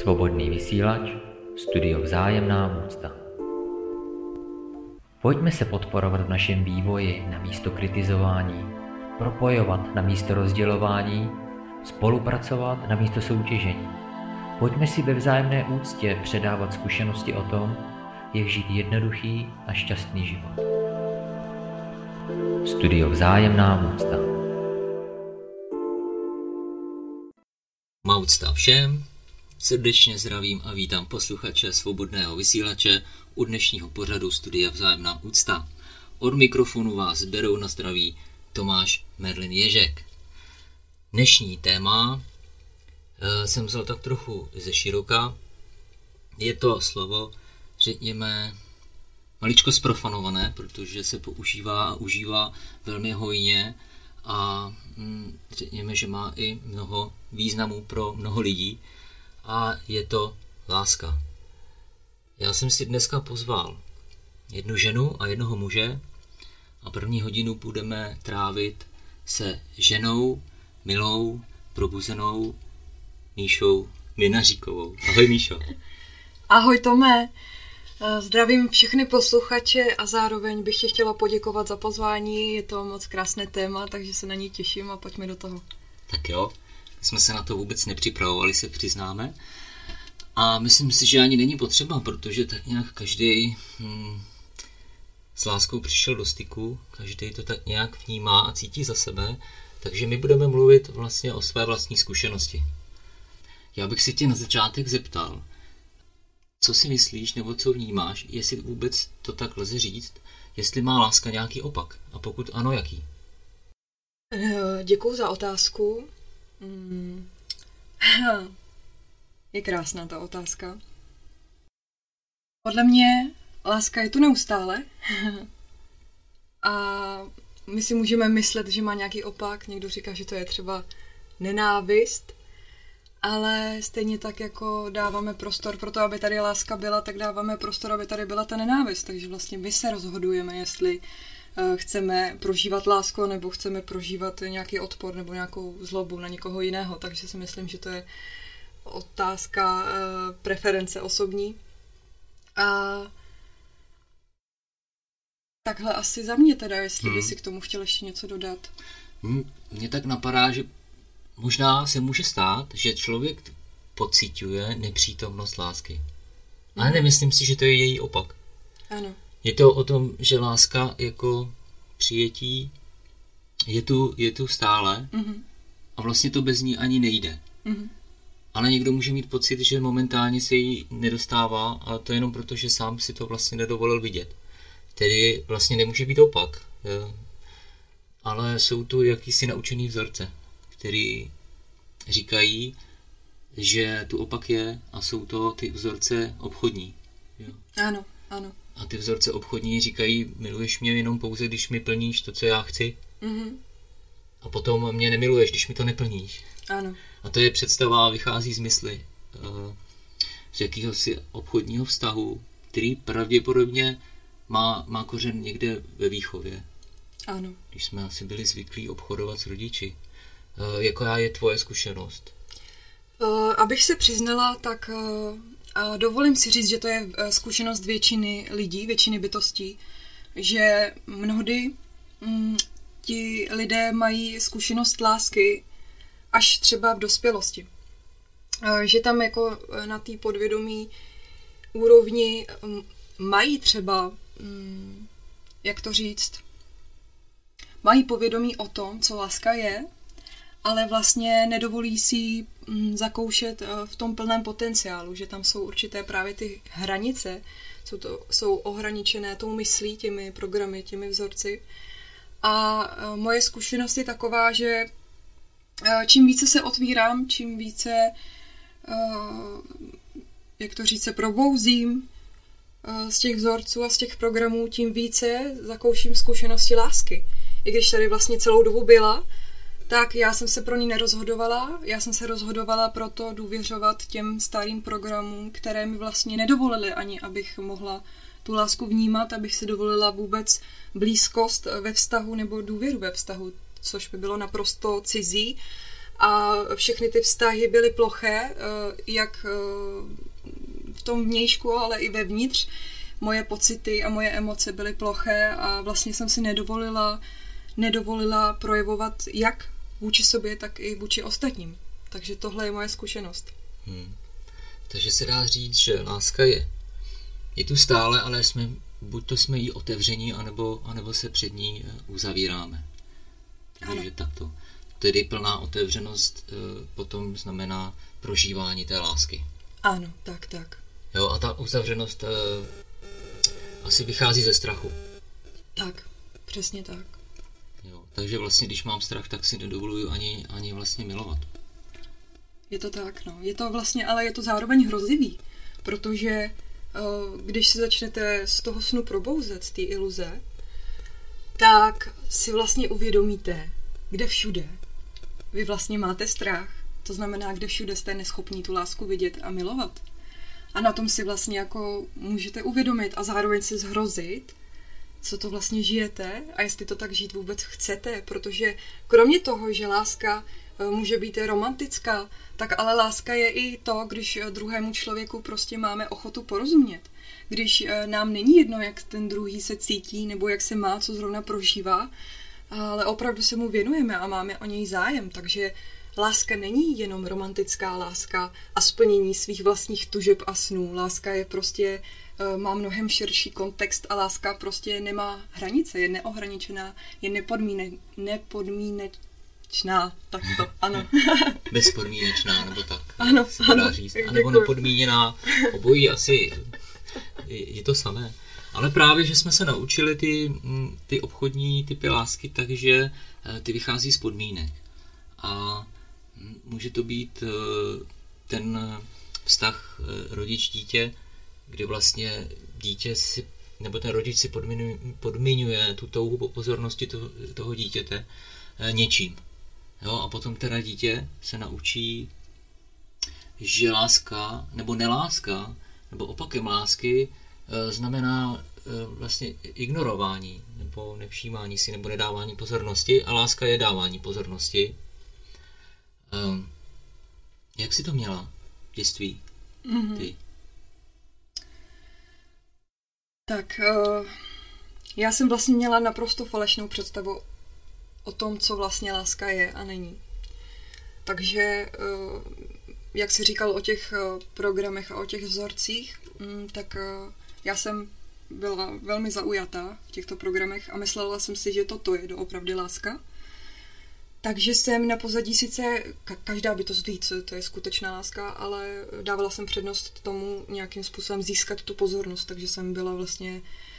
Svobodný vysílač, studio Vzájemná úcta. Pojďme se podporovat v našem vývoji na místo kritizování, propojovat na místo rozdělování, spolupracovat na místo soutěžení. Pojďme si ve vzájemné úctě předávat zkušenosti o tom, jak žít jednoduchý a šťastný život. Studio Vzájemná úcta. Má úcta všem, srdečně zdravím a vítám posluchače Svobodného vysílače u dnešního pořadu Studia Vzájemná úcta. Od mikrofonu vás berou na zdraví Tomáš Merlin Ježek. Dnešní téma jsem vzal tak trochu ze široka. Je to slovo, řekněme, maličko zprofanované, protože se používá a užívá velmi hojně a řekněme, že má i mnoho významů pro mnoho lidí a je to láska. Já jsem si dneska pozval jednu ženu a jednoho muže a první hodinu budeme trávit se ženou, milou, probuzenou Míšou Minaříkovou. Ahoj Míšo. Ahoj Tome. Zdravím všechny posluchače a zároveň bych ti chtěla poděkovat za pozvání. Je to moc krásné téma, takže se na něj těším a pojďme do toho. Tak jo, jsme se na to vůbec nepřipravovali, se přiznáme. A myslím si, že ani není potřeba, protože tak nějak každý s láskou přišel do styku, každý to tak nějak vnímá a cítí za sebe, takže my budeme mluvit vlastně o své vlastní zkušenosti. Já bych si tě na začátek zeptal, co si myslíš nebo co vnímáš, jestli vůbec to tak lze říct, jestli má láska nějaký opak a pokud ano, jaký? Děkuju za otázku. Je krásná ta otázka. Podle mě láska je tu neustále a my si můžeme myslet, že má nějaký opak. Někdo říká, že to je třeba nenávist, ale stejně tak, jako dáváme prostor pro to, aby tady láska byla, tak dáváme prostor, aby tady byla ta nenávist. Takže vlastně my se rozhodujeme, jestli chceme prožívat lásku, nebo chceme prožívat nějaký odpor nebo nějakou zlobu na někoho jiného. Takže si myslím, že to je otázka preference osobní. A takhle asi za mě teda, jestli by si k tomu chtěl ještě něco dodat. Mně tak napadá, že možná se může stát, že člověk pociťuje nepřítomnost lásky. Ale nemyslím si, že to je její opak. Ano. Je to o tom, že láska jako přijetí je tu stále a vlastně to bez ní ani nejde. Ale někdo může mít pocit, že momentálně se jí nedostává, ale to jenom proto, že sám si to vlastně nedovolil vidět. Tedy vlastně nemůže být opak. Ale jsou tu jakýsi naučený vzorce, který říkají, že tu opak je a jsou to ty vzorce obchodní. Jo? Ano, ano. A ty vzorce obchodní říkají, miluješ mě jenom pouze, když mi plníš to, co já chci. A potom mě nemiluješ, když mi to neplníš. Ano. A to je představa, vychází z mysli, z jakýhosi obchodního vztahu, který pravděpodobně má kořen někde ve výchově. Ano. Když jsme asi byli zvyklí obchodovat s rodiči. Jaká je tvoje zkušenost? Abych se přiznala, tak dovolím si říct, že to je zkušenost většiny lidí, většiny bytostí, že mnohdy ti lidé mají zkušenost lásky až třeba v dospělosti. Že tam jako na té podvědomí úrovni mají třeba, jak to říct, mají povědomí o tom, co láska je, ale vlastně nedovolí si zakoušet v tom plném potenciálu, že tam jsou určité právě ty hranice, jsou ohraničené tou myslí, těmi programy, těmi vzorci. A moje zkušenost je taková, že čím více se otvírám, čím více, jak to říct, se probouzím z těch vzorců a z těch programů, tím více zakouším zkušenosti lásky. I když tady vlastně celou dobu byla, tak já jsem se pro ní nerozhodovala. Já jsem se rozhodovala proto důvěřovat těm starým programům, které mi vlastně nedovolily ani, abych mohla tu lásku vnímat, abych si dovolila vůbec blízkost ve vztahu nebo důvěru ve vztahu, což by bylo naprosto cizí a všechny ty vztahy byly ploché, jak v tom vnějšku, ale i vevnitř. Moje pocity a moje emoce byly ploché a vlastně jsem si nedovolila projevovat jak vůči sobě, tak i vůči ostatním. Takže tohle je moje zkušenost. Takže se dá říct, že láska je tu stále, ale buď to jsme jí otevření, anebo se před ní uzavíráme. Takže takto. Tedy plná otevřenost potom znamená prožívání té lásky. Ano, tak. Jo, a ta uzavřenost asi vychází ze strachu. Tak, přesně tak. Jo, takže vlastně, když mám strach, tak si nedovoluju ani vlastně milovat. Je to tak, no. Je to vlastně, ale je to zároveň hrozivý, protože když se začnete z toho snu probouzet, z té iluze, tak si vlastně uvědomíte, kde všude vy vlastně máte strach. To znamená, kde všude jste neschopní tu lásku vidět a milovat. A na tom si vlastně jako můžete uvědomit a zároveň si zhrozit, co to vlastně žijete a jestli to tak žít vůbec chcete, protože kromě toho, že láska může být romantická, tak ale láska je i to, když druhému člověku prostě máme ochotu porozumět. Když nám není jedno, jak ten druhý se cítí nebo jak se má, co zrovna prožívá, ale opravdu se mu věnujeme a máme o něj zájem, takže láska není jenom romantická láska a splnění svých vlastních tužeb a snů. Láska je prostě, má mnohem širší kontext a láska prostě nemá hranice, je neohraničená, je nepodmínečná, tak to, ano. Bezpodmínečná, nebo tak. Ano, se to dá říct. A nebo nepodmíněná, obojí asi je to samé. Ale právě, že jsme se naučili ty obchodní typy lásky, takže ty vychází z podmínek. A může to být ten vztah rodič-dítě, kdy vlastně dítě si, nebo ten rodič si podmiňuje tu touhu po pozornosti toho dítěte něčím. Jo? A potom teda dítě se naučí, že láska nebo neláska, nebo opakem lásky znamená vlastně ignorování, nebo nevšímání si, nebo nedávání pozornosti, a láska je dávání pozornosti. Jak jsi to měla v dětství? Ty? Tak, já jsem vlastně měla naprosto falešnou představu o tom, co vlastně láska je a není. Takže, jak jsi říkal o těch programech a o těch vzorcích, tak já jsem byla velmi zaujatá v těchto programech a myslela jsem si, že toto je doopravdy láska. Takže jsem na pozadí sice, každá bytost ví, co to je skutečná láska, ale dávala jsem přednost tomu nějakým způsobem získat tu pozornost, takže jsem byla vlastně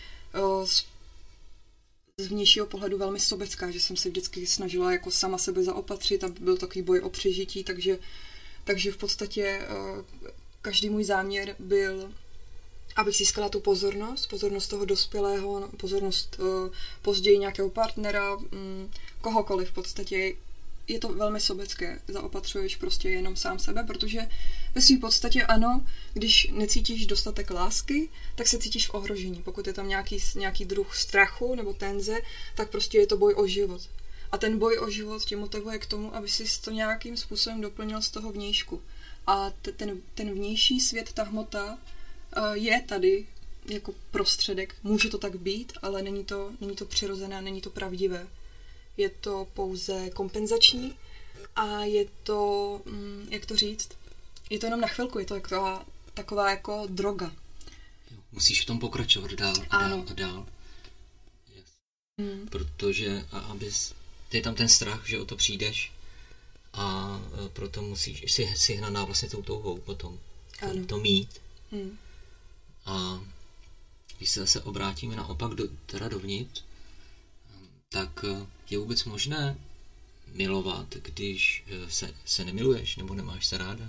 z vnějšího pohledu velmi sobecká, že jsem se vždycky snažila jako sama sebe zaopatřit a byl takový boj o přežití, takže v podstatě každý můj záměr byl, abych získala tu pozornost toho dospělého, pozornost později nějakého partnera, kohokoliv v podstatě. Je to velmi sobecké, zaopatřuješ prostě jenom sám sebe, protože ve své podstatě ano, když necítíš dostatek lásky, tak se cítíš v ohrožení. Pokud je tam nějaký druh strachu nebo tenze, tak prostě je to boj o život. A ten boj o život tě motivuje k tomu, aby si to nějakým způsobem doplnil z toho vnějšku. A ten vnější svět, ta hmota, je tady jako prostředek. Může to tak být, ale není to přirozené, není to pravdivé. Je to pouze kompenzační a je to, jak to říct, je to jenom na chvilku, je to taková jako droga. Musíš v tom pokračovat dál a dál. Yes. Protože je tam ten strach, že o to přijdeš a proto musíš si hnaná vlastně tou touhou potom to mít. A když se zase obrátíme naopak dovnitř, tak je vůbec možné milovat, když se nemiluješ nebo nemáš se ráda?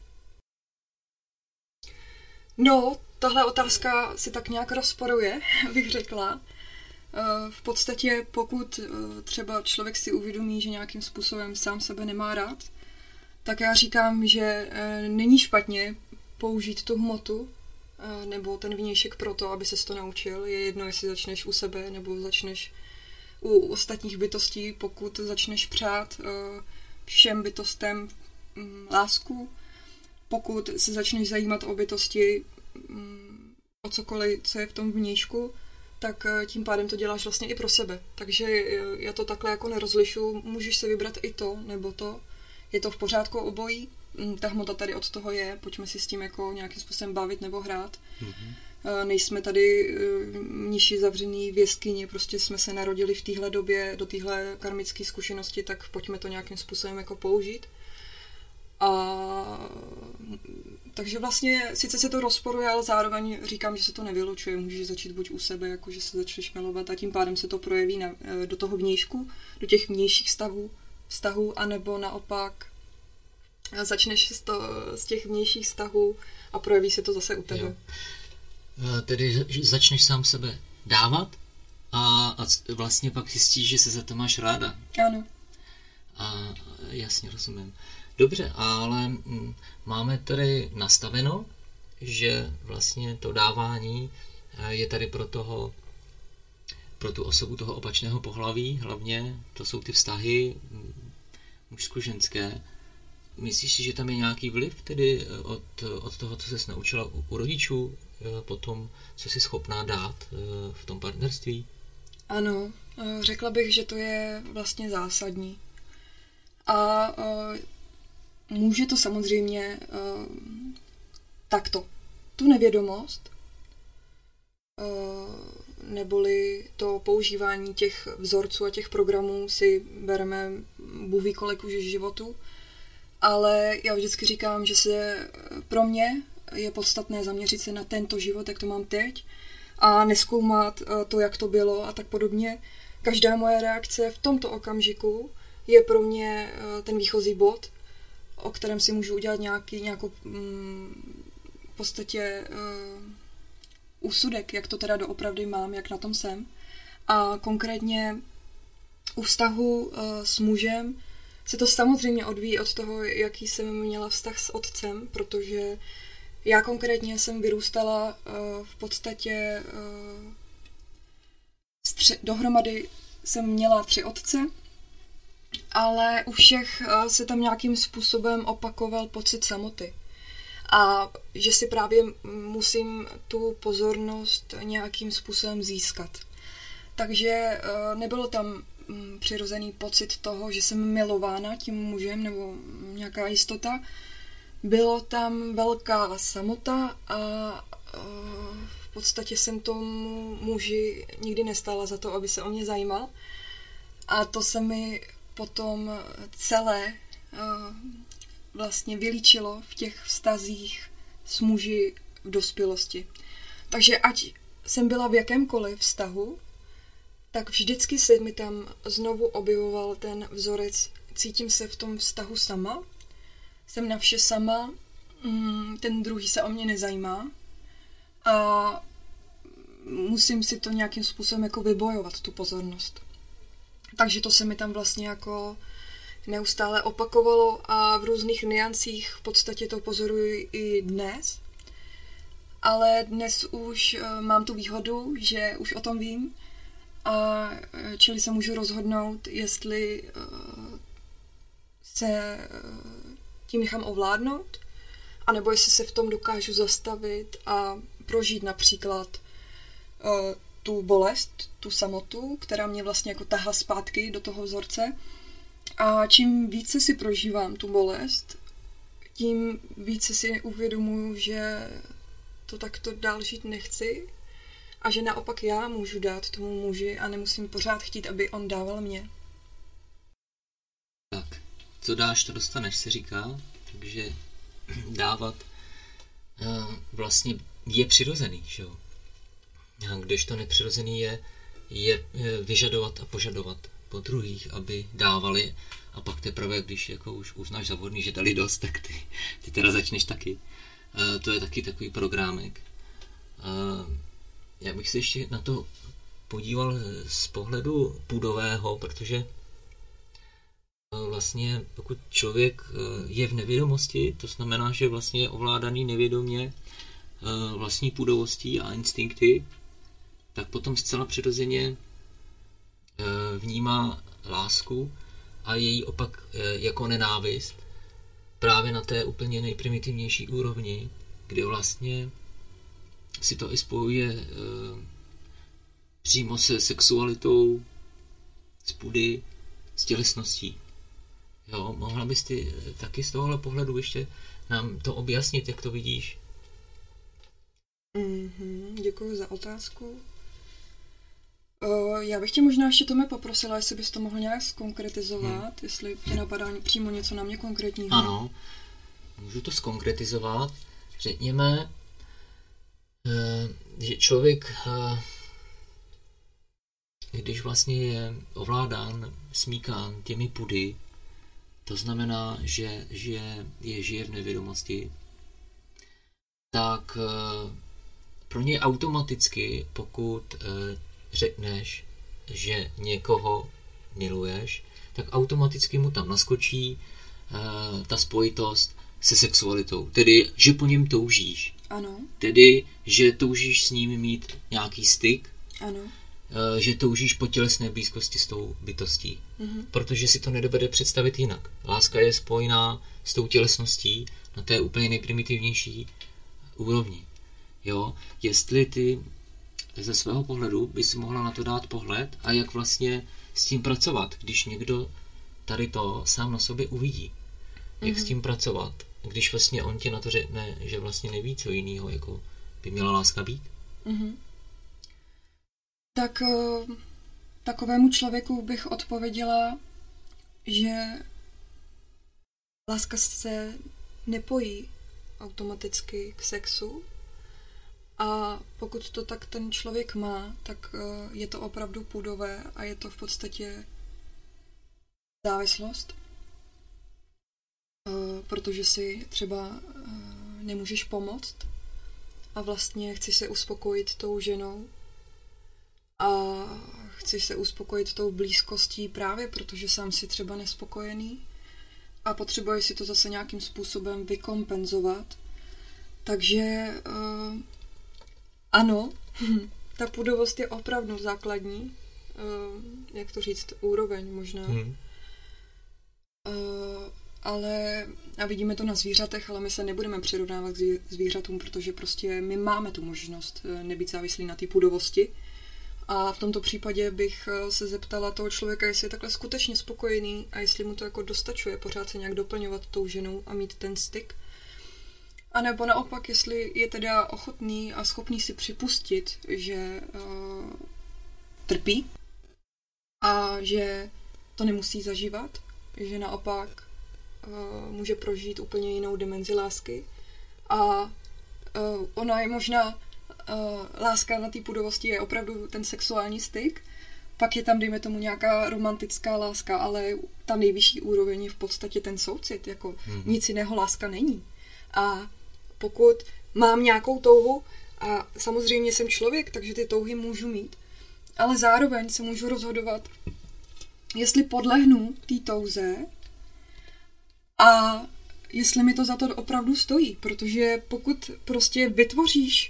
No, tahle otázka si tak nějak rozporuje, bych řekla. V podstatě, pokud třeba člověk si uvědomí, že nějakým způsobem sám sebe nemá rád, tak já říkám, že není špatně použít tu hmotu nebo ten vnějšek proto, aby ses to naučil. Je jedno, jestli začneš u sebe nebo začneš u ostatních bytostí, pokud začneš přát všem bytostem lásku. Pokud se začneš zajímat o bytosti, o cokoliv, co je v tom vnějšku, tak tím pádem to děláš vlastně i pro sebe. Takže já to takhle jako nerozlišu, můžeš si vybrat i to, nebo to. Je to v pořádku obojí, ta hmota tady od toho je, pojďme si s tím jako nějakým způsobem bavit nebo hrát. Nejsme tady nižší zavřený v jeskyni, prostě jsme se narodili v téhle době, do téhle karmické zkušenosti, tak pojďme to nějakým způsobem jako použít. A takže vlastně sice se to rozporuje, ale zároveň říkám, že se to nevylučuje. Můžeš začít buď u sebe, jako že se začneš milovat a tím pádem se to projeví do toho vnějšku, do těch vnějších vztahů, anebo naopak začneš z těch vnějších vztahů a projeví se to zase u tebe. Jo. Tedy začneš sám sebe dávat a vlastně pak zjistíš, že se za to máš ráda. Ano. A jasně, rozumím. Dobře, ale máme tady nastaveno, že vlastně to dávání je tady pro tu osobu toho opačného pohlaví, hlavně to jsou ty vztahy mužsko-ženské. Myslíš si, že tam je nějaký vliv tedy od toho, co ses naučila u rodičů, potom, co jsi schopná dát v tom partnerství? Ano, řekla bych, že to je vlastně zásadní. A může to samozřejmě takto. Tu nevědomost, neboli to používání těch vzorců a těch programů si bereme Bůh ví kolik už životu, ale já vždycky říkám, že se pro mě je podstatné zaměřit se na tento život, jak to mám teď, a neskoumat to, jak to bylo a tak podobně. Každá moje reakce v tomto okamžiku je pro mě ten výchozí bod, o kterém si můžu udělat nějakou v podstatě úsudek, jak to teda doopravdy mám, jak na tom jsem. A konkrétně u vztahu s mužem se to samozřejmě odvíjí od toho, jaký jsem měla vztah s otcem, protože já konkrétně jsem vyrůstala v podstatě dohromady jsem měla 3 otce, ale u všech se tam nějakým způsobem opakoval pocit samoty. A že si právě musím tu pozornost nějakým způsobem získat. Takže nebylo tam přirozený pocit toho, že jsem milována tím mužem nebo nějaká jistota. Bylo tam velká samota a v podstatě jsem tomu muži nikdy nestála za to, aby se o mě zajímal. A to se mi potom celé vlastně vylíčilo v těch vztazích s muži v dospělosti. Takže ať jsem byla v jakémkoliv vztahu, tak vždycky se mi tam znovu objevoval ten vzorec. Cítím se v tom vztahu sama, jsem na vše sama, ten druhý se o mě nezajímá a musím si to nějakým způsobem jako vybojovat, tu pozornost. Takže to se mi tam vlastně jako neustále opakovalo a v různých niancích v podstatě to pozoruji i dnes. Ale dnes už mám tu výhodu, že už o tom vím a čili se můžu rozhodnout, jestli se tím nechám ovládnout, anebo jestli se v tom dokážu zastavit a prožít například tu bolest, tu samotu, která mě vlastně jako tahla zpátky do toho vzorce. A čím více si prožívám tu bolest, tím více si uvědomuju, že to takto dál žít nechci a že naopak já můžu dát tomu muži a nemusím pořád chtít, aby on dával mě. Tak, co dáš, to dostaneš, se říká, takže dávat vlastně je přirozený, že jo? A kdežto nepřirozený je vyžadovat a požadovat po druhých, aby dávali, a pak teprve, když jako už uznáš za vhodný, že dali dost, tak ty teda začneš taky. To je taky takový programek. Já bych se ještě na to podíval z pohledu půdového, protože vlastně pokud člověk je v nevědomosti, to znamená, že vlastně je ovládaný nevědomě vlastní půdovostí a instinkty, tak potom zcela přirozeně vnímá lásku a její opak jako nenávist právě na té úplně nejprimitivnější úrovni, kde vlastně si to i spojuje přímo se sexualitou, s pudy, s tělesností. Jo, mohla bys ty taky z tohohle pohledu ještě nám to objasnit, jak to vidíš? Děkuji za otázku. Já bych tě možná ještě, Tome, poprosila, jestli bys to mohl nějak zkonkretizovat, jestli tě napadá přímo něco na mě konkrétního. Ano, můžu to zkonkretizovat. Řekněme, že člověk, když vlastně je ovládán, smíkán těmi pudy, to znamená, že žije v nevědomosti, tak pro něj automaticky, pokud řekneš, že někoho miluješ, tak automaticky mu tam naskočí ta spojitost se sexualitou. Tedy, že po něm toužíš. Ano. Tedy, že toužíš s ním mít nějaký styk. Ano. Že toužíš po tělesné blízkosti s tou bytostí. Protože si to nedovede představit jinak. Láska je spojená s tou tělesností na té úplně nejprimitivnější úrovni. Jo? Jestli ty ze svého pohledu bys mohla na to dát pohled a jak vlastně s tím pracovat, když někdo tady to sám na sobě uvidí. Jak s tím pracovat, když vlastně on ti na to řekne, že vlastně neví, co jiného jako by měla láska být. Tak takovému člověku bych odpověděla, že láska se nepojí automaticky k sexu a pokud to tak ten člověk má, tak je to opravdu pudové a je to v podstatě závislost, protože si třeba nemůžeš pomoct a vlastně chceš se uspokojit tou ženou a chceš se uspokojit tou blízkostí právě protože sám si třeba nespokojený a potřebuješ si to zase nějakým způsobem vykompenzovat. Takže ano, ta pudovost je opravdu základní, jak to říct, úroveň možná. Ale, a vidíme to na zvířatech, ale my se nebudeme přirovnávat k zvířatům, protože prostě my máme tu možnost nebýt závislí na té pudovosti. A v tomto případě bych se zeptala toho člověka, jestli je takhle skutečně spokojený a jestli mu to jako dostačuje pořád se nějak doplňovat tou ženou a mít ten styk. A nebo naopak, jestli je teda ochotný a schopný si připustit, že trpí a že to nemusí zažívat, že naopak může prožít úplně jinou dimenzi lásky. A ona je možná láska na té pudovosti je opravdu ten sexuální styk, pak je tam, dejme tomu, nějaká romantická láska, ale ta nejvyšší úroveň je v podstatě ten soucit, jako nic jiného láska není. A pokud mám nějakou touhu, a samozřejmě jsem člověk, takže ty touhy můžu mít, ale zároveň se můžu rozhodovat, jestli podlehnu té touze a jestli mi to za to opravdu stojí, protože pokud prostě vytvoříš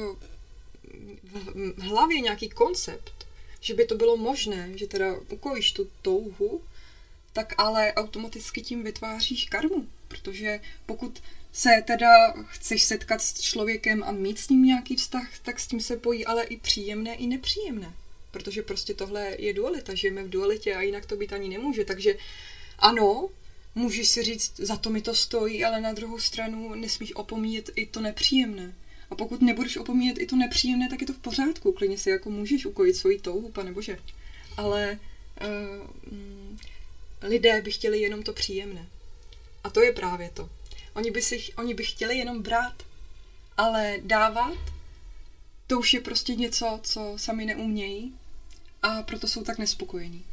v hlavě nějaký koncept, že by to bylo možné, že teda ukojíš tu touhu, tak ale automaticky tím vytváříš karmu, protože pokud se teda chceš setkat s člověkem a mít s ním nějaký vztah, tak s tím se pojí ale i příjemné, i nepříjemné, protože prostě tohle je dualita, žijeme v dualitě a jinak to být ani nemůže, takže ano, můžeš si říct, za to mi to stojí, ale na druhou stranu nesmíš opomíjet i to nepříjemné. A pokud nebudeš opomíjet i to nepříjemné, tak je to v pořádku. Klidně si jako můžeš ukojit svoji touhu, panebože. Ale lidé by chtěli jenom to příjemné. A to je právě to. Oni by chtěli jenom brát, ale dávat, to už je prostě něco, co sami neumějí a proto jsou tak nespokojení.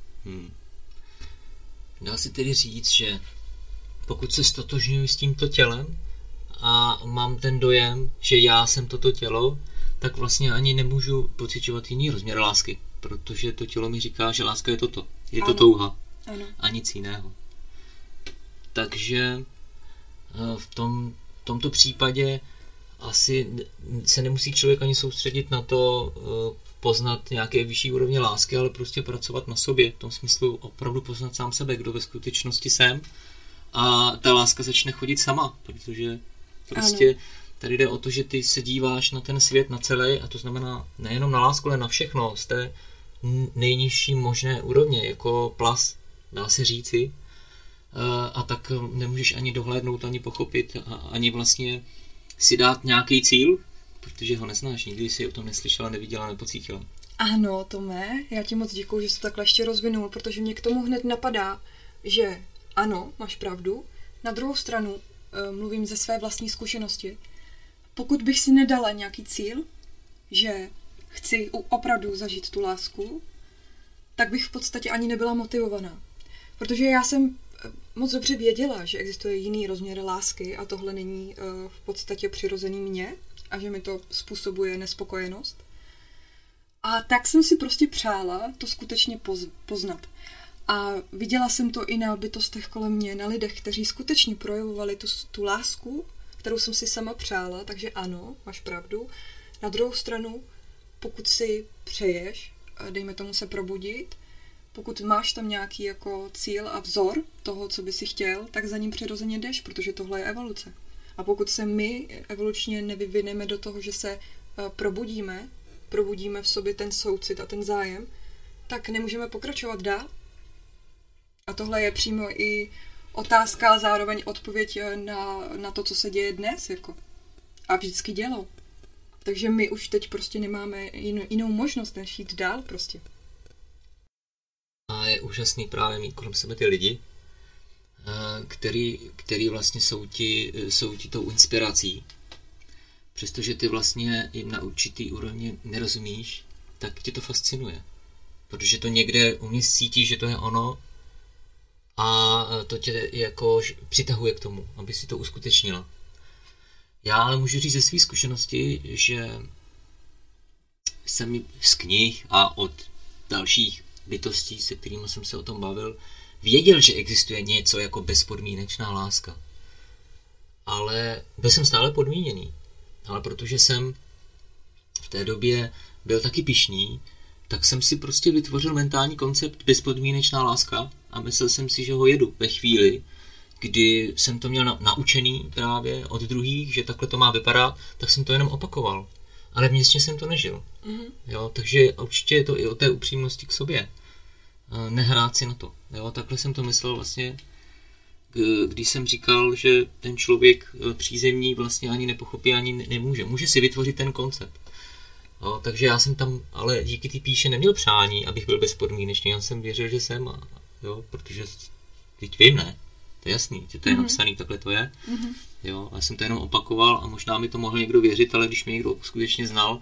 Dá se tedy říct, že pokud se stotožňuji s tímto tělem a mám ten dojem, že já jsem toto tělo, tak vlastně ani nemůžu pociťovat jiný rozměr lásky, protože to tělo mi říká, že láska je toto. Je to touha. Ano. A nic jiného. Takže v tomto případě asi se nemusí člověk ani soustředit na to, poznat nějaké vyšší úrovně lásky, ale prostě pracovat na sobě. V tom smyslu opravdu poznat sám sebe, kdo ve skutečnosti jsem. A ta láska začne chodit sama, protože prostě tady jde o to, že ty se díváš na ten svět, na celý, a to znamená nejenom na lásku, ale na všechno z té nejnižší možné úrovně, jako plas, dá se říci. A tak nemůžeš ani dohlédnout, ani pochopit, ani vlastně si dát nějaký cíl, protože ho neznáš, nikdy jsi o tom neslyšela, neviděla, nepocítila. Ano, Tome, já ti moc děkuju, že jsi to takhle ještě rozvinul, protože mě k tomu hned napadá, že ano, máš pravdu. Na druhou stranu mluvím ze své vlastní zkušenosti. Pokud bych si nedala nějaký cíl, že chci opravdu zažít tu lásku, tak bych v podstatě ani nebyla motivovaná. Protože já jsem moc dobře věděla, že existuje jiný rozměr lásky a tohle není v podstatě přirozený mně a že mi to způsobuje nespokojenost. A tak jsem si prostě přála to skutečně poznat. A viděla jsem to i na bytostech kolem mě, na lidech, kteří skutečně projevovali tu lásku, kterou jsem si sama přála, takže ano, máš pravdu. Na druhou stranu, pokud si přeješ, dejme tomu se probudit, pokud máš tam nějaký jako cíl a vzor toho, co by si chtěl, tak za ním přirozeně jdeš, protože tohle je evoluce. A pokud se my evolučně nevyvineme do toho, že se probudíme v sobě ten soucit a ten zájem, tak nemůžeme pokračovat dál. A tohle je přímo i otázka a zároveň odpověď na to, co se děje dnes. Jako. A vždycky dělo. Takže my už teď prostě nemáme jinou možnost, než jít dál prostě. A je úžasný právě mít kolem sebe ty lidi, který vlastně jsou ti tou inspirací. Přestože ty vlastně jim na určitý úrovni nerozumíš, tak tě to fascinuje. Protože to někde uvnitř cítíš, že to je ono, a to tě jako přitahuje k tomu, aby si to uskutečnila. Já ale můžu říct ze své zkušenosti, že jsem z knih a od dalších bytostí, se kterými jsem se o tom bavil, věděl, že existuje něco jako bezpodmínečná láska. Ale byl jsem stále podmíněný. Ale protože jsem v té době byl taky pyšný, tak jsem si prostě vytvořil mentální koncept bezpodmínečná láska a myslel jsem si, že ho jedu ve chvíli, kdy jsem to měl naučený právě od druhých, že takhle to má vypadat, tak jsem to jenom opakoval. Ale vnitřně jsem to nežil. Mm-hmm. Jo, takže určitě je to i o té upřímnosti k sobě. Nehrát si na to. Jo, takhle jsem to myslel vlastně, když jsem říkal, že ten člověk přízemní vlastně ani nepochopí, ani nemůže. Může si vytvořit ten koncept. Jo, takže já jsem tam, ale díky té píše neměl přání, abych byl bezpodmínečný. Já jsem věřil, že jsem, jo, protože teď vím, ne? To je jasný, že to je napsaný, takhle to je. Mm-hmm. Jo, já jsem to jenom opakoval a možná mi to mohl někdo věřit, ale když mě někdo skutečně znal,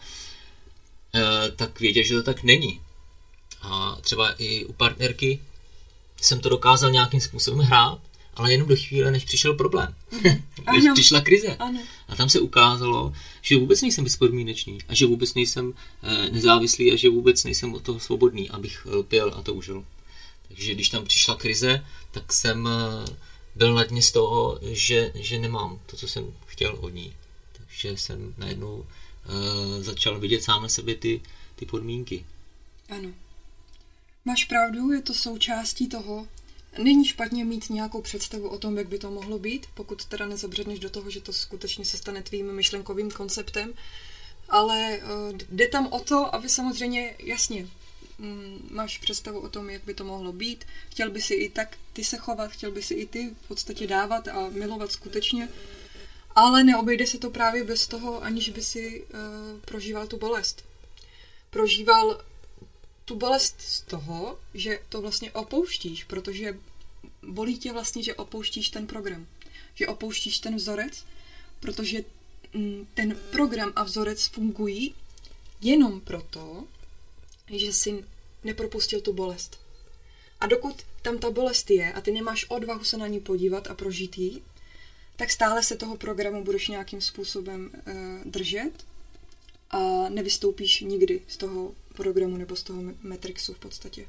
tak věděl, že to tak není. A třeba i u partnerky jsem to dokázal nějakým způsobem hrát, ale jenom do chvíle, než přišel problém. Než přišla krize. Ano. A tam se ukázalo, že vůbec nejsem bezpodmínečný a že vůbec nejsem nezávislý a že vůbec nejsem od toho svobodný, abych pěl a toužil. Takže když tam přišla krize, tak jsem byl na dně z toho, že nemám to, co jsem chtěl od ní. Takže jsem najednou začal vidět sám na sebe ty podmínky. Ano. Máš pravdu, je to součástí toho. Není špatně mít nějakou představu o tom, jak by to mohlo být, pokud teda nezabředneš do toho, že to skutečně se stane tvým myšlenkovým konceptem. Ale jde tam o to, aby samozřejmě, jasně, máš představu o tom, jak by to mohlo být. Chtěl by si i tak ty se chovat, chtěl by si i ty v podstatě dávat a milovat skutečně. Ale neobejde se to právě bez toho, aniž by si prožíval tu bolest. Prožíval tu bolest z toho, že to vlastně opouštíš, protože bolí tě vlastně, že opouštíš ten program. Že opouštíš ten vzorec, protože ten program a vzorec fungují jenom proto, že jsi nepropustil tu bolest. A dokud tam ta bolest je a ty nemáš odvahu se na ní podívat a prožít ji, tak stále se toho programu budeš nějakým způsobem držet a nevystoupíš nikdy z toho programu nebo z toho Matrixu v podstatě.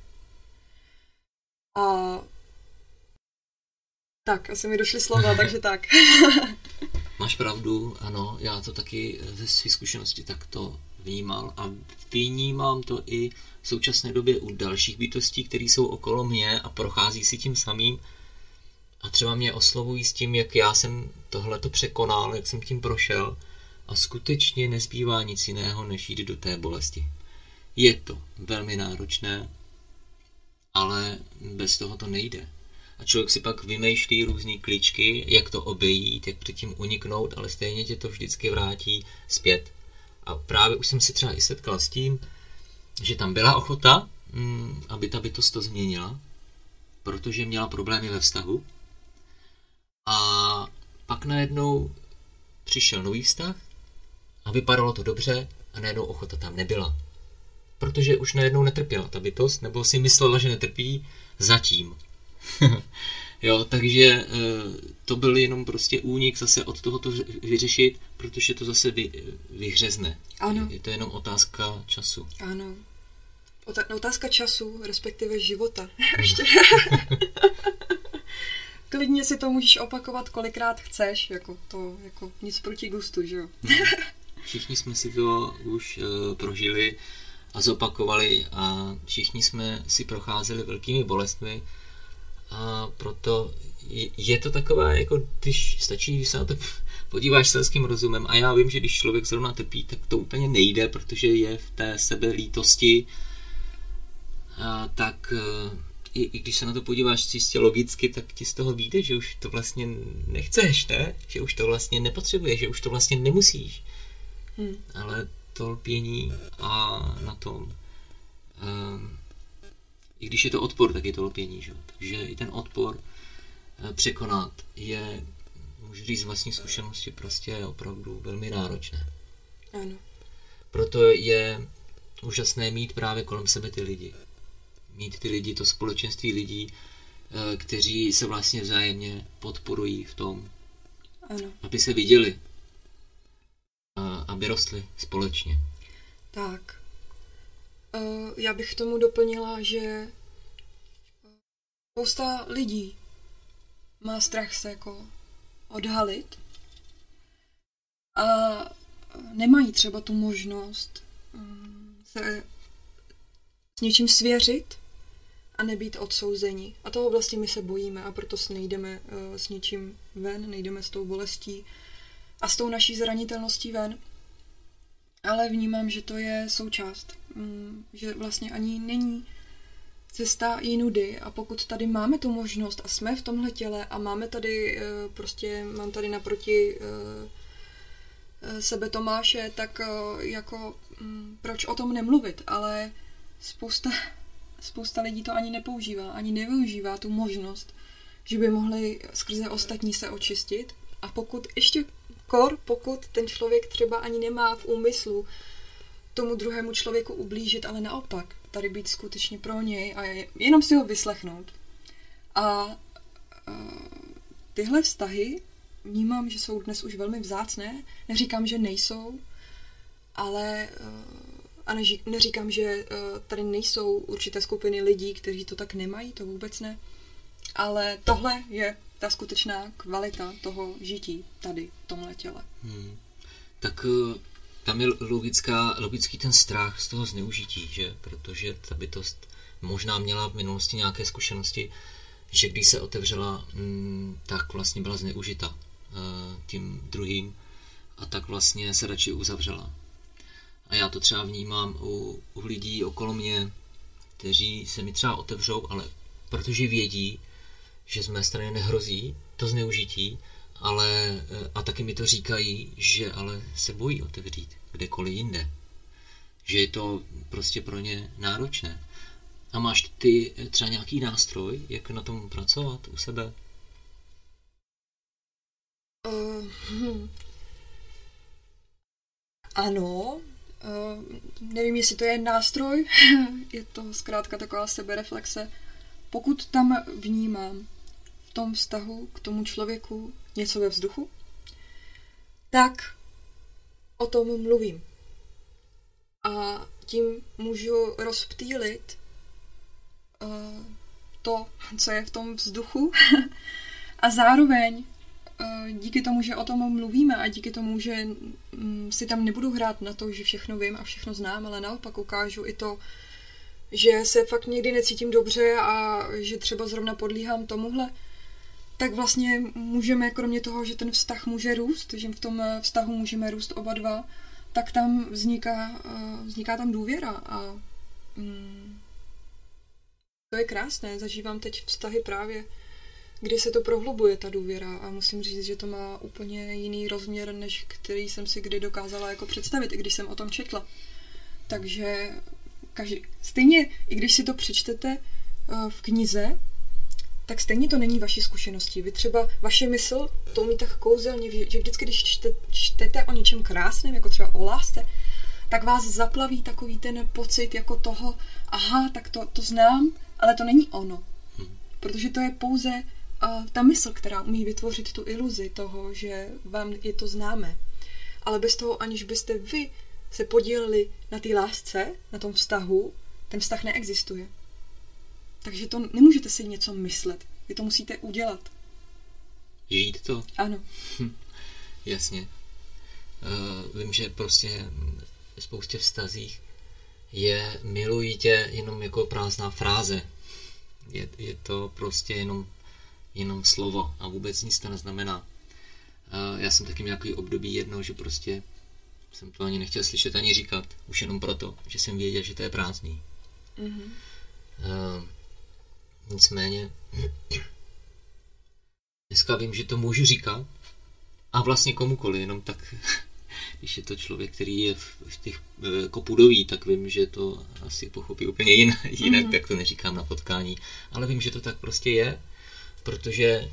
A tak, asi mi došly slova, takže tak. Máš pravdu, ano, já to taky ze své zkušenosti tak to vnímal a vnímám to i v současné době u dalších bytostí, které jsou okolo mě a prochází si tím samým a třeba mě oslovují s tím, jak já jsem tohleto překonal, jak jsem tím prošel a skutečně nezbývá nic jiného, než jít do té bolesti. Je to velmi náročné, ale bez toho to nejde. A člověk si pak vymýšlí různý kličky, jak to obejít, jak předtím uniknout, ale stejně tě to vždycky vrátí zpět. A právě už jsem si třeba i setkal s tím, že tam byla ochota, aby ta bytost to změnila, protože měla problémy ve vztahu. A pak najednou přišel nový vztah a vypadalo to dobře a najednou ochota tam nebyla. Protože už najednou netrpěla ta bytost, nebo si myslela, že netrpí zatím. Jo, takže to byl jenom prostě únik zase od tohoto vyřešit, protože to zase vyhřezne. Ano. Je to jenom otázka času. Ano. Otázka času, respektive života. Ještě. Klidně si to můžeš opakovat, kolikrát chceš, jako nic proti gustu, že jo? Všichni jsme si to už prožili a zopakovali a všichni jsme si procházeli velkými bolestmi a proto je to takové, jako když stačí, když se na to podíváš selským rozumem a já vím, že když člověk zrovna trpí, tak to úplně nejde, protože je v té sebelítosti, tak i když se na to podíváš čistě logicky, tak ti z toho vyjde, že už to vlastně nechceš, ne? Že už to vlastně nepotřebuješ, že už to vlastně nemusíš. Ale to lpění a na tom, i když je to odpor, tak je to lpění, že? Takže i ten odpor překonat je, můžu říct z vlastní zkušenosti, prostě opravdu velmi náročné. Ano. Proto je úžasné mít právě kolem sebe ty lidi. Mít ty lidi, to společenství lidí, kteří se vlastně vzájemně podporují v tom, ano, aby se viděli, aby rostli společně. Tak. Já bych k tomu doplnila, že spousta lidí má strach se jako odhalit a nemají třeba tu možnost se s něčím svěřit a nebýt odsouzeni. A toho vlastně my se bojíme a proto nejdeme s něčím ven, nejdeme s tou bolestí a s tou naší zranitelností ven. Ale vnímám, že to je součást. Že vlastně ani není cesta jinudy a pokud tady máme tu možnost a jsme v tomhle těle a máme tady mám tady naproti sebe Tomáše, tak jako proč o tom nemluvit, ale spousta lidí to ani nepoužívá, ani nevyužívá tu možnost, že by mohli skrze ostatní se očistit a pokud ten člověk třeba ani nemá v úmyslu tomu druhému člověku ublížit, ale naopak, tady být skutečně pro něj a jenom si ho vyslechnout. A tyhle vztahy vnímám, že jsou dnes už velmi vzácné. Neříkám, že nejsou, ale neříkám, že tady nejsou určité skupiny lidí, kteří to tak nemají, to vůbec ne. Ale tohle je ta skutečná kvalita toho žití tady v tomhle těle. Tak tam je logický ten strach z toho zneužití, že? Protože ta bytost možná měla v minulosti nějaké zkušenosti, že když se otevřela, tak vlastně byla zneužita tím druhým a tak vlastně se radši uzavřela. A já to třeba vnímám u lidí okolo mě, kteří se mi třeba otevřou, ale protože vědí, že z mé strany nehrozí to zneužití, a taky mi to říkají, že ale se bojí otevřít kdekoliv jinde. Že je to prostě pro ně náročné. A máš ty třeba nějaký nástroj, jak na tom pracovat u sebe? Ano. Nevím, jestli to je nástroj. Je to zkrátka taková sebereflexe. Pokud tam vnímám v tom vztahu k tomu člověku něco ve vzduchu, tak o tom mluvím. A tím můžu rozptýlit to, co je v tom vzduchu a zároveň díky tomu, že o tom mluvíme a díky tomu, že si tam nebudu hrát na to, že všechno vím a všechno znám, ale naopak ukážu i to, že se fakt někdy necítím dobře a že třeba zrovna podlíhám tomuhle, tak vlastně můžeme, kromě toho, že ten vztah může růst, že v tom vztahu můžeme růst oba dva, tak tam vzniká tam důvěra a to je krásné. Zažívám teď vztahy právě, kdy se to prohlubuje, ta důvěra, a musím říct, že to má úplně jiný rozměr, než který jsem si kdy dokázala jako představit, i když jsem o tom četla. Takže stejně, i když si to přečtete v knize, tak stejně to není vaší zkušeností. Vy třeba, vaše mysl to umí tak kouzelně, že vždycky, když čtete o něčem krásném, jako třeba o lásce, tak vás zaplaví takový ten pocit jako toho, aha, tak to znám, ale to není ono. Protože to je pouze ta mysl, která umí vytvořit tu iluzi toho, že vám je to známé. Ale bez toho, aniž byste vy se podíleli na té lásce, na tom vztahu, ten vztah neexistuje. Takže to nemůžete si něco myslet. Vy to musíte udělat. Žít to? Ano. Jasně. Vím, že prostě v spoustě vztazích je miluji tě jenom jako prázdná fráze. Je to prostě jenom slovo a vůbec nic to neznamená. Já jsem taky měl takový období jedno, že prostě jsem to ani nechtěl slyšet, ani říkat. Už jenom proto, že jsem věděl, že to je prázdný. Mm-hmm. Nicméně dneska vím, že to můžu říkat a vlastně komukoliv, jenom tak, když je to člověk, který je v těch kopudový, tak vím, že to asi pochopí úplně jinak, tak to neříkám na potkání, ale vím, že to tak prostě je, protože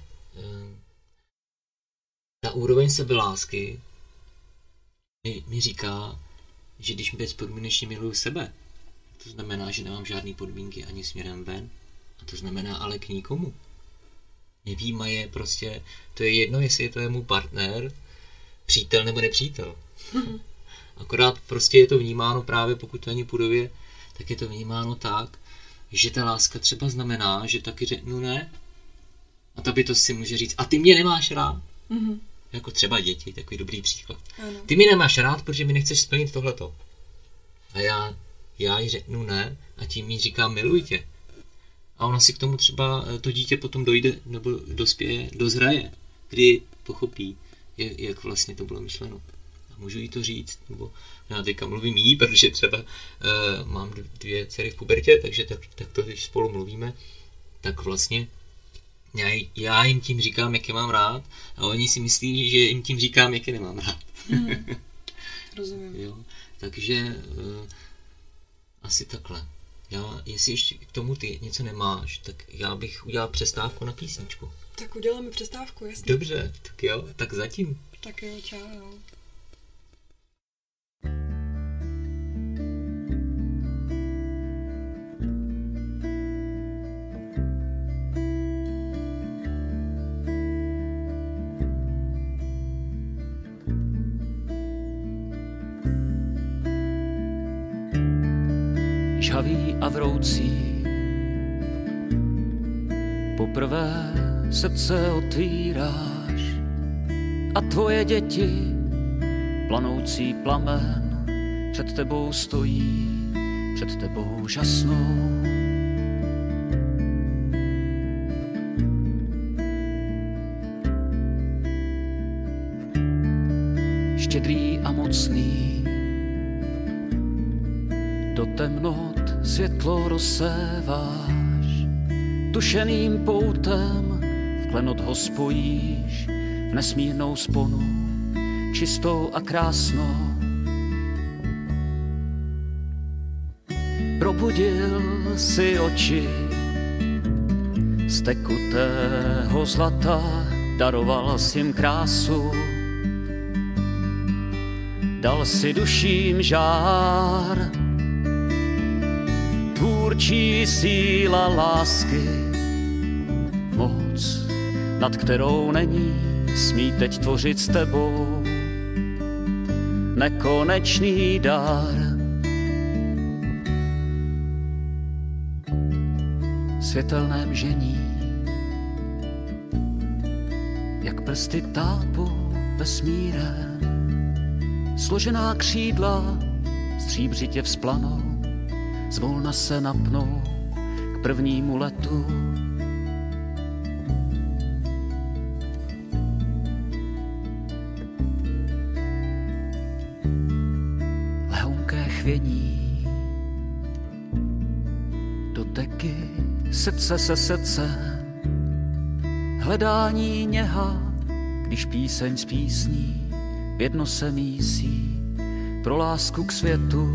ta úroveň sebelásky mi říká, že když bezpodmínečně miluju sebe, to znamená, že nemám žádný podmínky ani směrem ven, a to znamená ale k nikomu. Nevímaje prostě, to je jedno, jestli je to můj partner, přítel nebo nepřítel. Akorát prostě je to vnímáno právě, pokud to není půdově, tak je to vnímáno tak, že ta láska třeba znamená, že taky řeknu ne, a ta bytost si může říct, a ty mě nemáš rád. Mm-hmm. Jako třeba děti, takový dobrý příklad. Ano. Ty mě nemáš rád, protože mi nechceš splnit tohleto. A já jí řeknu ne a tím jí říkám miluji tě. A ona si k tomu třeba to dítě potom dojde nebo dospěje, dozraje, kdy pochopí, jak vlastně to bylo myšleno. A můžu jí to říct, nebo já teďka mluvím jí, protože třeba mám 2 dcery v pubertě, takže tak to, když spolu mluvíme, tak vlastně já jim tím říkám, jak je mám rád, a oni si myslí, že jim tím říkám, jak je nemám rád. Rozumím. Jo? Takže asi takhle. Jestli ještě k tomu ty něco nemáš, tak já bych udělal přestávku na písničku. Tak uděláme přestávku, jasně. Dobře, tak jo, tak zatím. Tak jo, čau. Žhavý a vroucí, poprvé srdce otvíráš a tvoje děti, planoucí plamen, před tebou stojí, před tebou žasnou. Štědrý a mocný, do temnot světlo rozséváš, tušeným poutem v klenot ho spojíš, v nesmírnou sponu, čistou a krásnou. Probudil si oči z tekutého zlata, daroval si jim krásu, dal si duším žár. Tvůrčí síla lásky, moc, nad kterou není, smí teď tvořit s tebou nekonečný dar. Světelné mžení jak prsty tápou vesmírem. Složená křídla stříbřitě vzplanou, zvolna se napnou k prvnímu letu. Lehounké chvění, doteky srdce se srdcem, hledání něha, když píseň s písní v jedno se mísí pro lásku k světu.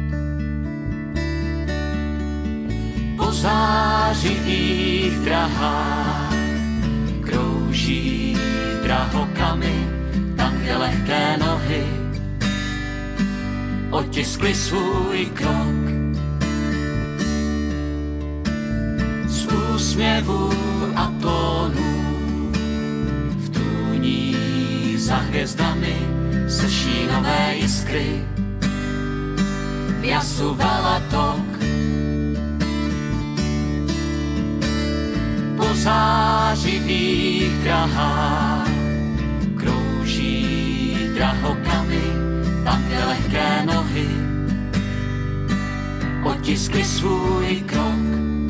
Po zářivých drahách krouží drahokamy, tam, kde lehké nohy otiskly svůj krok. Z úsměvů a tónů v tůních za hvězdami srší nové jiskry. V jasu velatok po zářivých drahách krouží drahokamy, tam, kde lehké nohy otiskly svůj krok.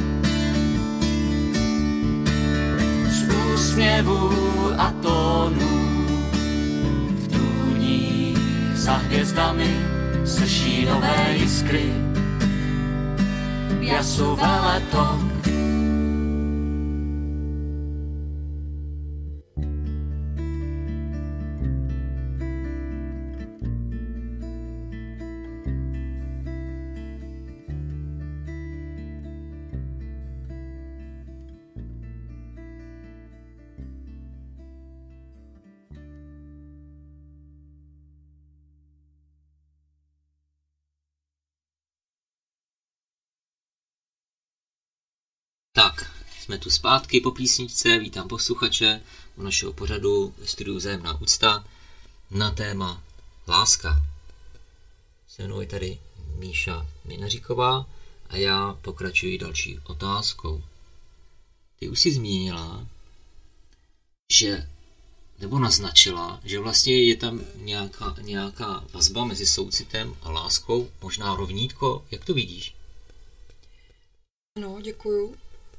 Z úsměvů a tónů v tůních za hvězdami srší nové jiskry. V jasu veletok Tak, jsme tu zpátky po písničce, vítám posluchače u našeho pořadu ve studiu Vzájemná úcta na téma láska. Se mnou je tady Míša Minaříková a já pokračuji další otázkou. Ty už jsi zmínila, že, nebo naznačila, že vlastně je tam nějaká vazba mezi soucitem a láskou, možná rovnítko, jak to vidíš? No, děkuju.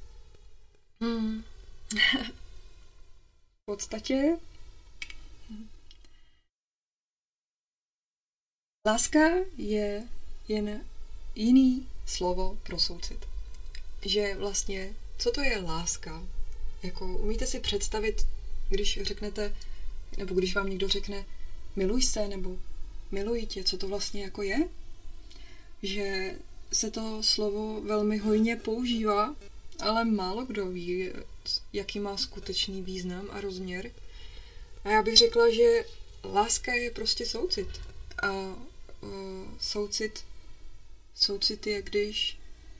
V podstatě láska je jen jiný slovo pro soucit. Že vlastně, co to je láska? Jako, umíte si představit, když řeknete, nebo když vám někdo řekne miluj se, nebo miluji tě, co to vlastně jako je? Že se to slovo velmi hojně používá, ale málo kdo ví, jaký má skutečný význam a rozměr. A já bych řekla, že láska je prostě soucit. A soucit je, když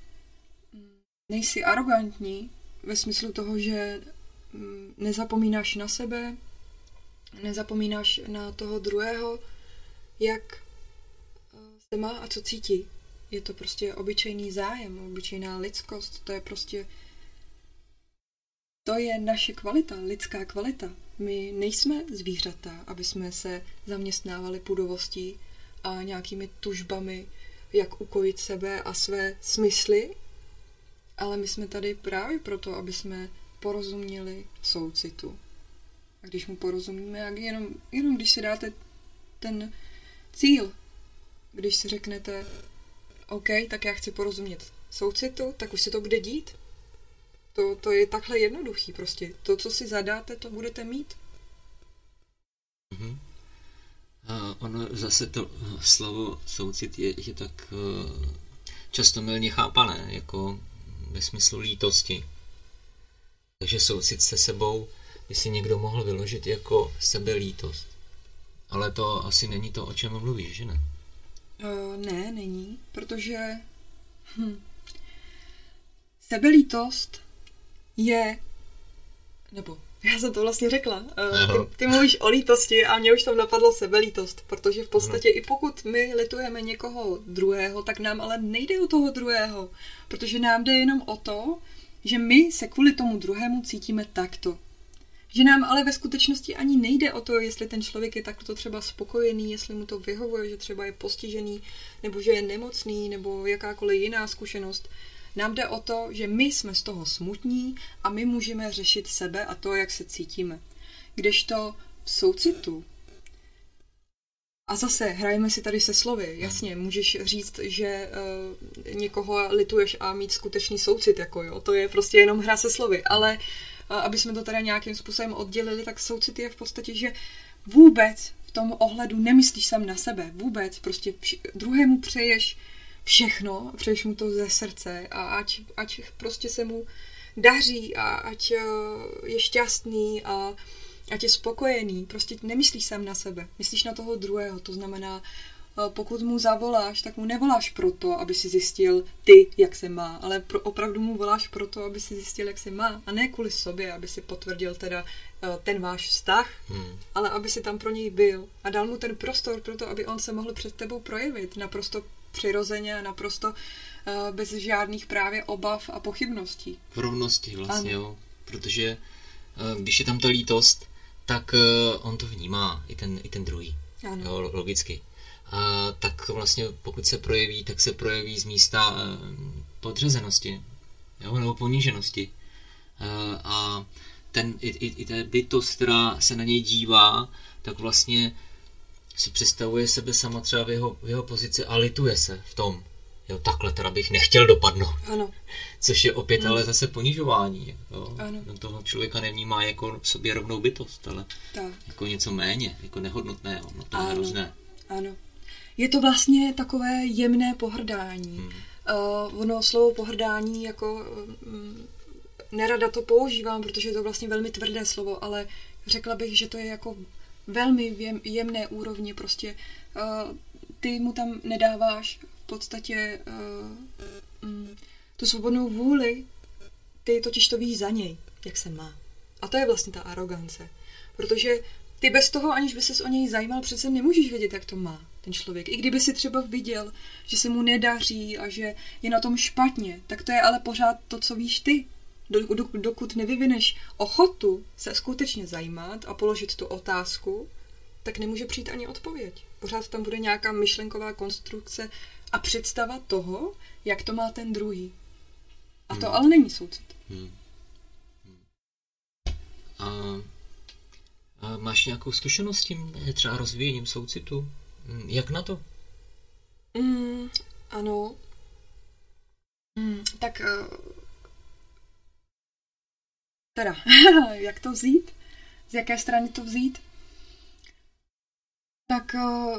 nejsi arrogantní ve smyslu toho, že nezapomínáš na sebe, nezapomínáš na toho druhého, jak se má a co cítí. Je to prostě obyčejný zájem, obyčejná lidskost, to je naše kvalita, lidská kvalita. My nejsme zvířata, aby jsme se zaměstnávali pudovostí a nějakými tužbami, jak ukojit sebe a své smysly, ale my jsme tady právě proto, aby jsme porozuměli soucitu. A když mu porozumíme, jak jenom když si dáte ten cíl, když si řeknete OK, tak já chci porozumět soucitu, tak už se to bude dít. To je takhle jednoduchý prostě. To, co si zadáte, to budete mít. Mhm. A ono zase to slovo soucit je tak často mylně chápané, jako ve smyslu lítosti. Takže soucit se sebou by si někdo mohl vyložit jako sebelítost. Ale to asi není to, o čem mluvíš, že ne? Ne, není, protože sebelítost je, nebo já jsem to vlastně řekla, ty mluvíš o lítosti a mě už tam napadlo sebelítost, protože v podstatě i pokud my litujeme někoho druhého, tak nám ale nejde o toho druhého, protože nám jde jenom o to, že my se kvůli tomu druhému cítíme takto. Že nám ale ve skutečnosti ani nejde o to, jestli ten člověk je takto třeba spokojený, jestli mu to vyhovuje, že třeba je postižený, nebo že je nemocný, nebo jakákoliv jiná zkušenost. Nám jde o to, že my jsme z toho smutní a my můžeme řešit sebe a to, jak se cítíme. Kdežto v soucitu, a zase hrajeme si tady se slovy, jasně, můžeš říct, že někoho lituješ a mít skutečný soucit, jako jo, to je prostě jenom hra se slovy, ale aby jsme to teda nějakým způsobem oddělili, tak soucit je v podstatě, že vůbec v tom ohledu nemyslíš sám na sebe, vůbec, prostě druhému přeješ všechno, přeješ mu to ze srdce a ať prostě se mu daří a ať je šťastný a ať je spokojený, prostě nemyslíš sám na sebe, myslíš na toho druhého, to znamená, pokud mu zavoláš, tak mu nevoláš proto, aby si zjistil ty, jak se má, ale opravdu mu voláš proto, aby si zjistil, jak se má, a ne kvůli sobě, aby si potvrdil teda ten váš vztah, ale aby si tam pro něj byl a dal mu ten prostor pro to, aby on se mohl před tebou projevit naprosto přirozeně a naprosto bez žádných právě obav a pochybností. V rovnosti vlastně, jo, protože když je tam ta lítost, tak on to vnímá, i ten druhý, jo, logicky. Tak vlastně pokud se projeví, tak se projeví z místa podřazenosti, jo, nebo poníženosti. A i ta bytost, která se na něj dívá, tak vlastně si představuje sebe sama třeba v jeho pozici a lituje se v tom. Jo, takhle teda bych nechtěl dopadnout. Ano. Což je opět ale zase ponižování. Jo. Ano. Toho člověka nevnímá jako v sobě rovnou bytost, ale tak. Jako něco méně, jako nehodnotného. No to je hrozné. Ano. Je to vlastně takové jemné pohrdání. Ono slovo pohrdání jako nerada to používám, protože je to vlastně velmi tvrdé slovo, ale řekla bych, že to je jako velmi jemné úrovni. Prostě ty mu tam nedáváš v podstatě tu svobodnou vůli, ty totiž to víš za něj, jak se má. A to je vlastně ta arogance. Protože ty bez toho, aniž by ses o něj zajímal, přece nemůžeš vědět, jak to má ten člověk. I kdyby si třeba viděl, že se mu nedaří a že je na tom špatně, tak to je ale pořád to, co víš ty. Dokud nevyvineš ochotu se skutečně zajímat a položit tu otázku, tak nemůže přijít ani odpověď. Pořád tam bude nějaká myšlenková konstrukce a představa toho, jak to má ten druhý. A to ale není soucit. A máš nějakou zkušenost s tím třeba rozvíjením soucitu? Jak na to? Ano. Tak teda, jak to vzít? Z jaké strany to vzít? Tak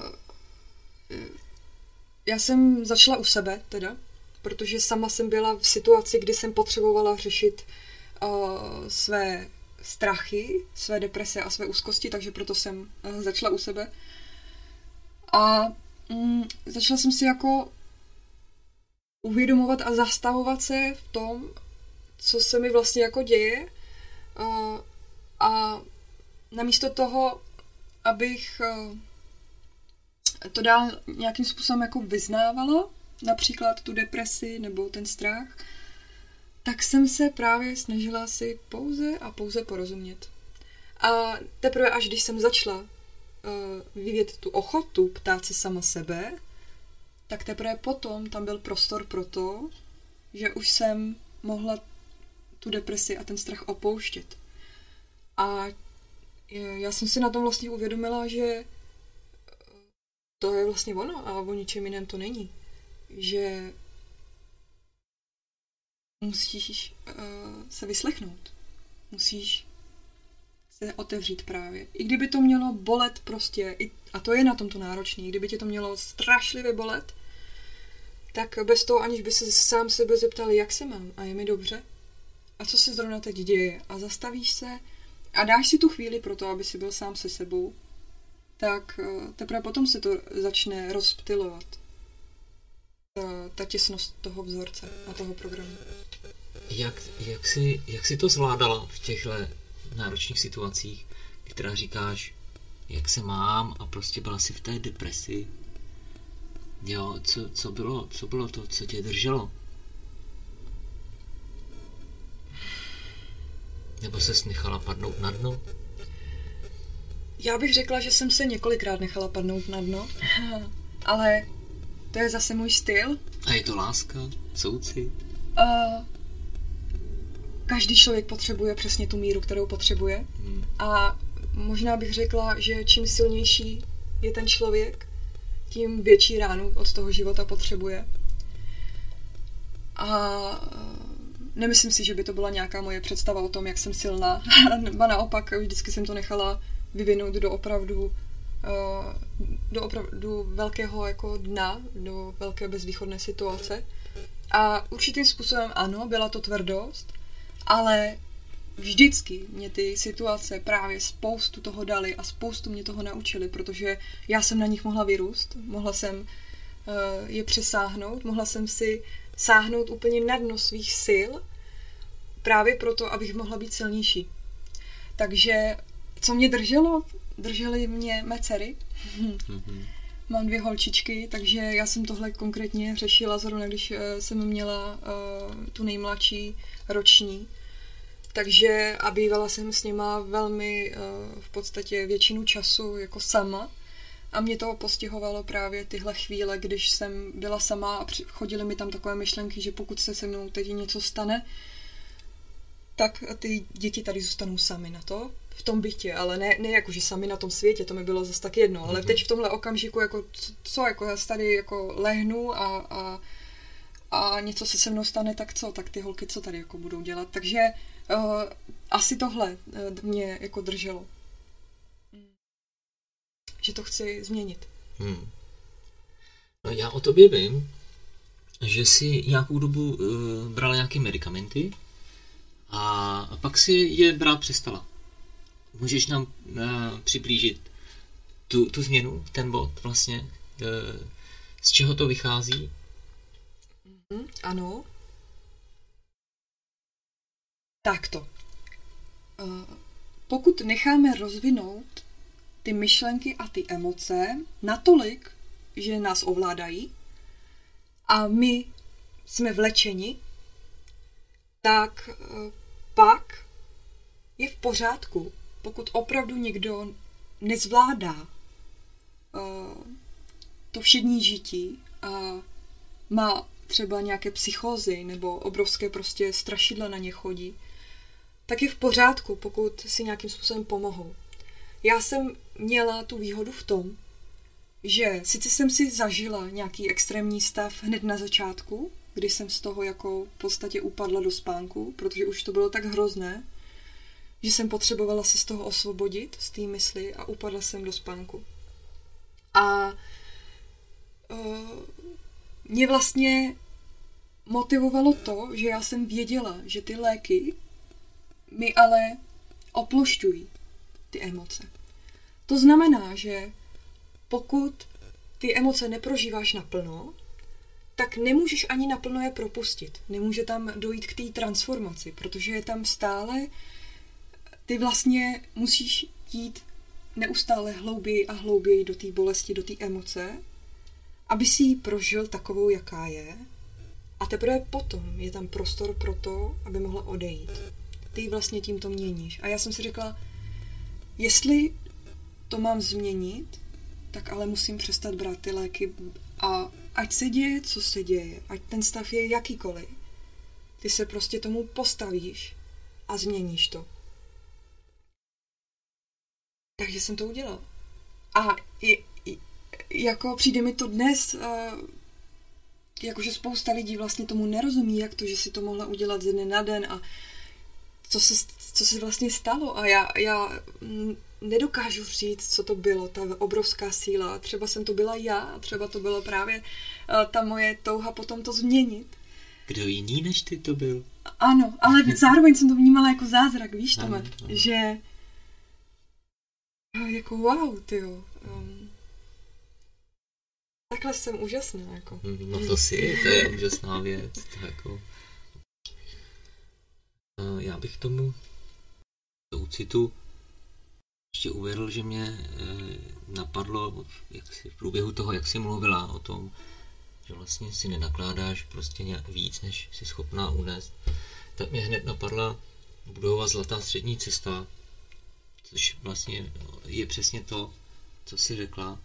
já jsem začala u sebe teda, protože sama jsem byla v situaci, kdy jsem potřebovala řešit své strachy, své deprese a své úzkosti, takže proto jsem začala u sebe. A začala jsem si jako uvědomovat a zastavovat se v tom, co se mi vlastně jako děje. A namísto toho, abych to dál nějakým způsobem jako vyznávala, například tu depresi nebo ten strach, tak jsem se právě snažila si pouze porozumět. A teprve až když jsem začala vyvíjet tu ochotu ptát se sama sebe, tak teprve potom tam byl prostor pro to, že už jsem mohla tu depresi a ten strach opouštět. A já jsem si na tom vlastně uvědomila, že to je vlastně ono a o ničem jiném to není. Že musíš se vyslechnout. Musíš se otevřít právě. I kdyby to mělo bolet prostě, a to je na tom to náročný, kdyby tě to mělo strašlivě bolet, tak bez toho, aniž by se sám sebe zeptal, jak se mám a je mi dobře, a co se zrovna teď děje, a zastavíš se a dáš si tu chvíli pro to, aby si byl sám se sebou, tak teprve potom se to začne rozptylovat. Ta těsnost toho vzorce a toho programu. Jak jsi to zvládala v těchto náročných situacích, která říkáš, jak se mám a prostě byla si v té depresi? Jo, co bylo to, co tě drželo? Nebo ses nechala padnout na dno? Já bych řekla, že jsem se několikrát nechala padnout na dno, ale to je zase můj styl. A je to láska? Soucit? Každý člověk potřebuje přesně tu míru, kterou potřebuje. A možná bych řekla, že čím silnější je ten člověk, tím větší ránu od toho života potřebuje. A nemyslím si, že by to byla nějaká moje představa o tom, jak jsem silná. A naopak, vždycky jsem to nechala vyvinout do opravdu velkého jako dna, do velké bezvýchodné situace. A určitým způsobem ano, byla to tvrdost, ale vždycky mě ty situace právě spoustu toho dali a spoustu mě toho naučili, protože já jsem na nich mohla vyrůst, mohla jsem je přesáhnout, mohla jsem si sáhnout úplně na dno svých sil, právě proto, abych mohla být silnější. Takže co mě drželo? Držely mě mé dcery. Mám 2 holčičky, takže já jsem tohle konkrétně řešila zrovna, když jsem měla tu nejmladší roční. Takže a bývala jsem s nima velmi v podstatě většinu času jako sama. A mě to postihovalo právě tyhle chvíle, když jsem byla sama a chodily mi tam takové myšlenky, že pokud se mnou teď něco stane, tak ty děti tady zůstanou sami na to, v tom bytě, ale ne jako, že sami na tom světě, to mi bylo zase tak jedno, ale teď v tomhle okamžiku, jako co, jako já tady jako lehnu a něco se mnou stane, tak co, tak ty holky co tady jako budou dělat, takže asi tohle mě jako drželo. Že to chci změnit. No já o tobě vím, že jsi nějakou dobu brala nějaké medikamenty a pak si je brát přestala. Můžeš nám přiblížit tu změnu, ten bod vlastně, z čeho to vychází? Ano. Takto. Pokud necháme rozvinout ty myšlenky a ty emoce natolik, že nás ovládají a my jsme vlečeni, tak pak je v pořádku, pokud opravdu někdo nezvládá to všední žití a má třeba nějaké psychózy nebo obrovské prostě strašidla na ně chodí, tak je v pořádku, pokud si nějakým způsobem pomohou. Já jsem měla tu výhodu v tom, že sice jsem si zažila nějaký extrémní stav hned na začátku, kdy jsem z toho jako v podstatě upadla do spánku, protože už to bylo tak hrozné, že jsem potřebovala se z toho osvobodit, z té mysli a upadla jsem do spánku. A mě vlastně motivovalo to, že já jsem věděla, že ty léky mi ale oplošťují ty emoce. To znamená, že pokud ty emoce neprožíváš naplno, tak nemůžeš ani naplno je propustit. Nemůže tam dojít k té transformaci, protože je tam stále, ty vlastně musíš jít neustále hlouběji a hlouběji do té bolesti, do té emoce, aby si ji prožil takovou, jaká je. A teprve potom je tam prostor pro to, aby mohla odejít. Ty vlastně tímto měníš. A já jsem si řekla, jestli to mám změnit, tak ale musím přestat brát ty léky a ať se děje, co se děje, ať ten stav je jakýkoliv, ty se prostě tomu postavíš a změníš to. Takže jsem to udělala. A jako přijde mi to dnes, jakože spousta lidí vlastně tomu nerozumí, jak to, že si to mohla udělat ze dne na den a co se vlastně stalo. A já nedokážu říct, co to bylo, ta obrovská síla. Třeba jsem to byla já, a třeba to bylo právě ta moje touha potom to změnit. Kdo jiný než ty to byl? Ano, ale zároveň jsem to vnímala jako zázrak, víš, Tome, že jako wow, tyjo. Takhle jsem úžasná, jako. No to je úžasná věc, to jako. Já bych tomu soucitu ještě uvedl, že mě napadlo v průběhu toho, jak jsi mluvila o tom, že vlastně si nenakládáš prostě nějak víc, než jsi schopná unést, tak mě hned napadla budovat zlatá střední cesta, což vlastně je přesně to, co jsi řekla.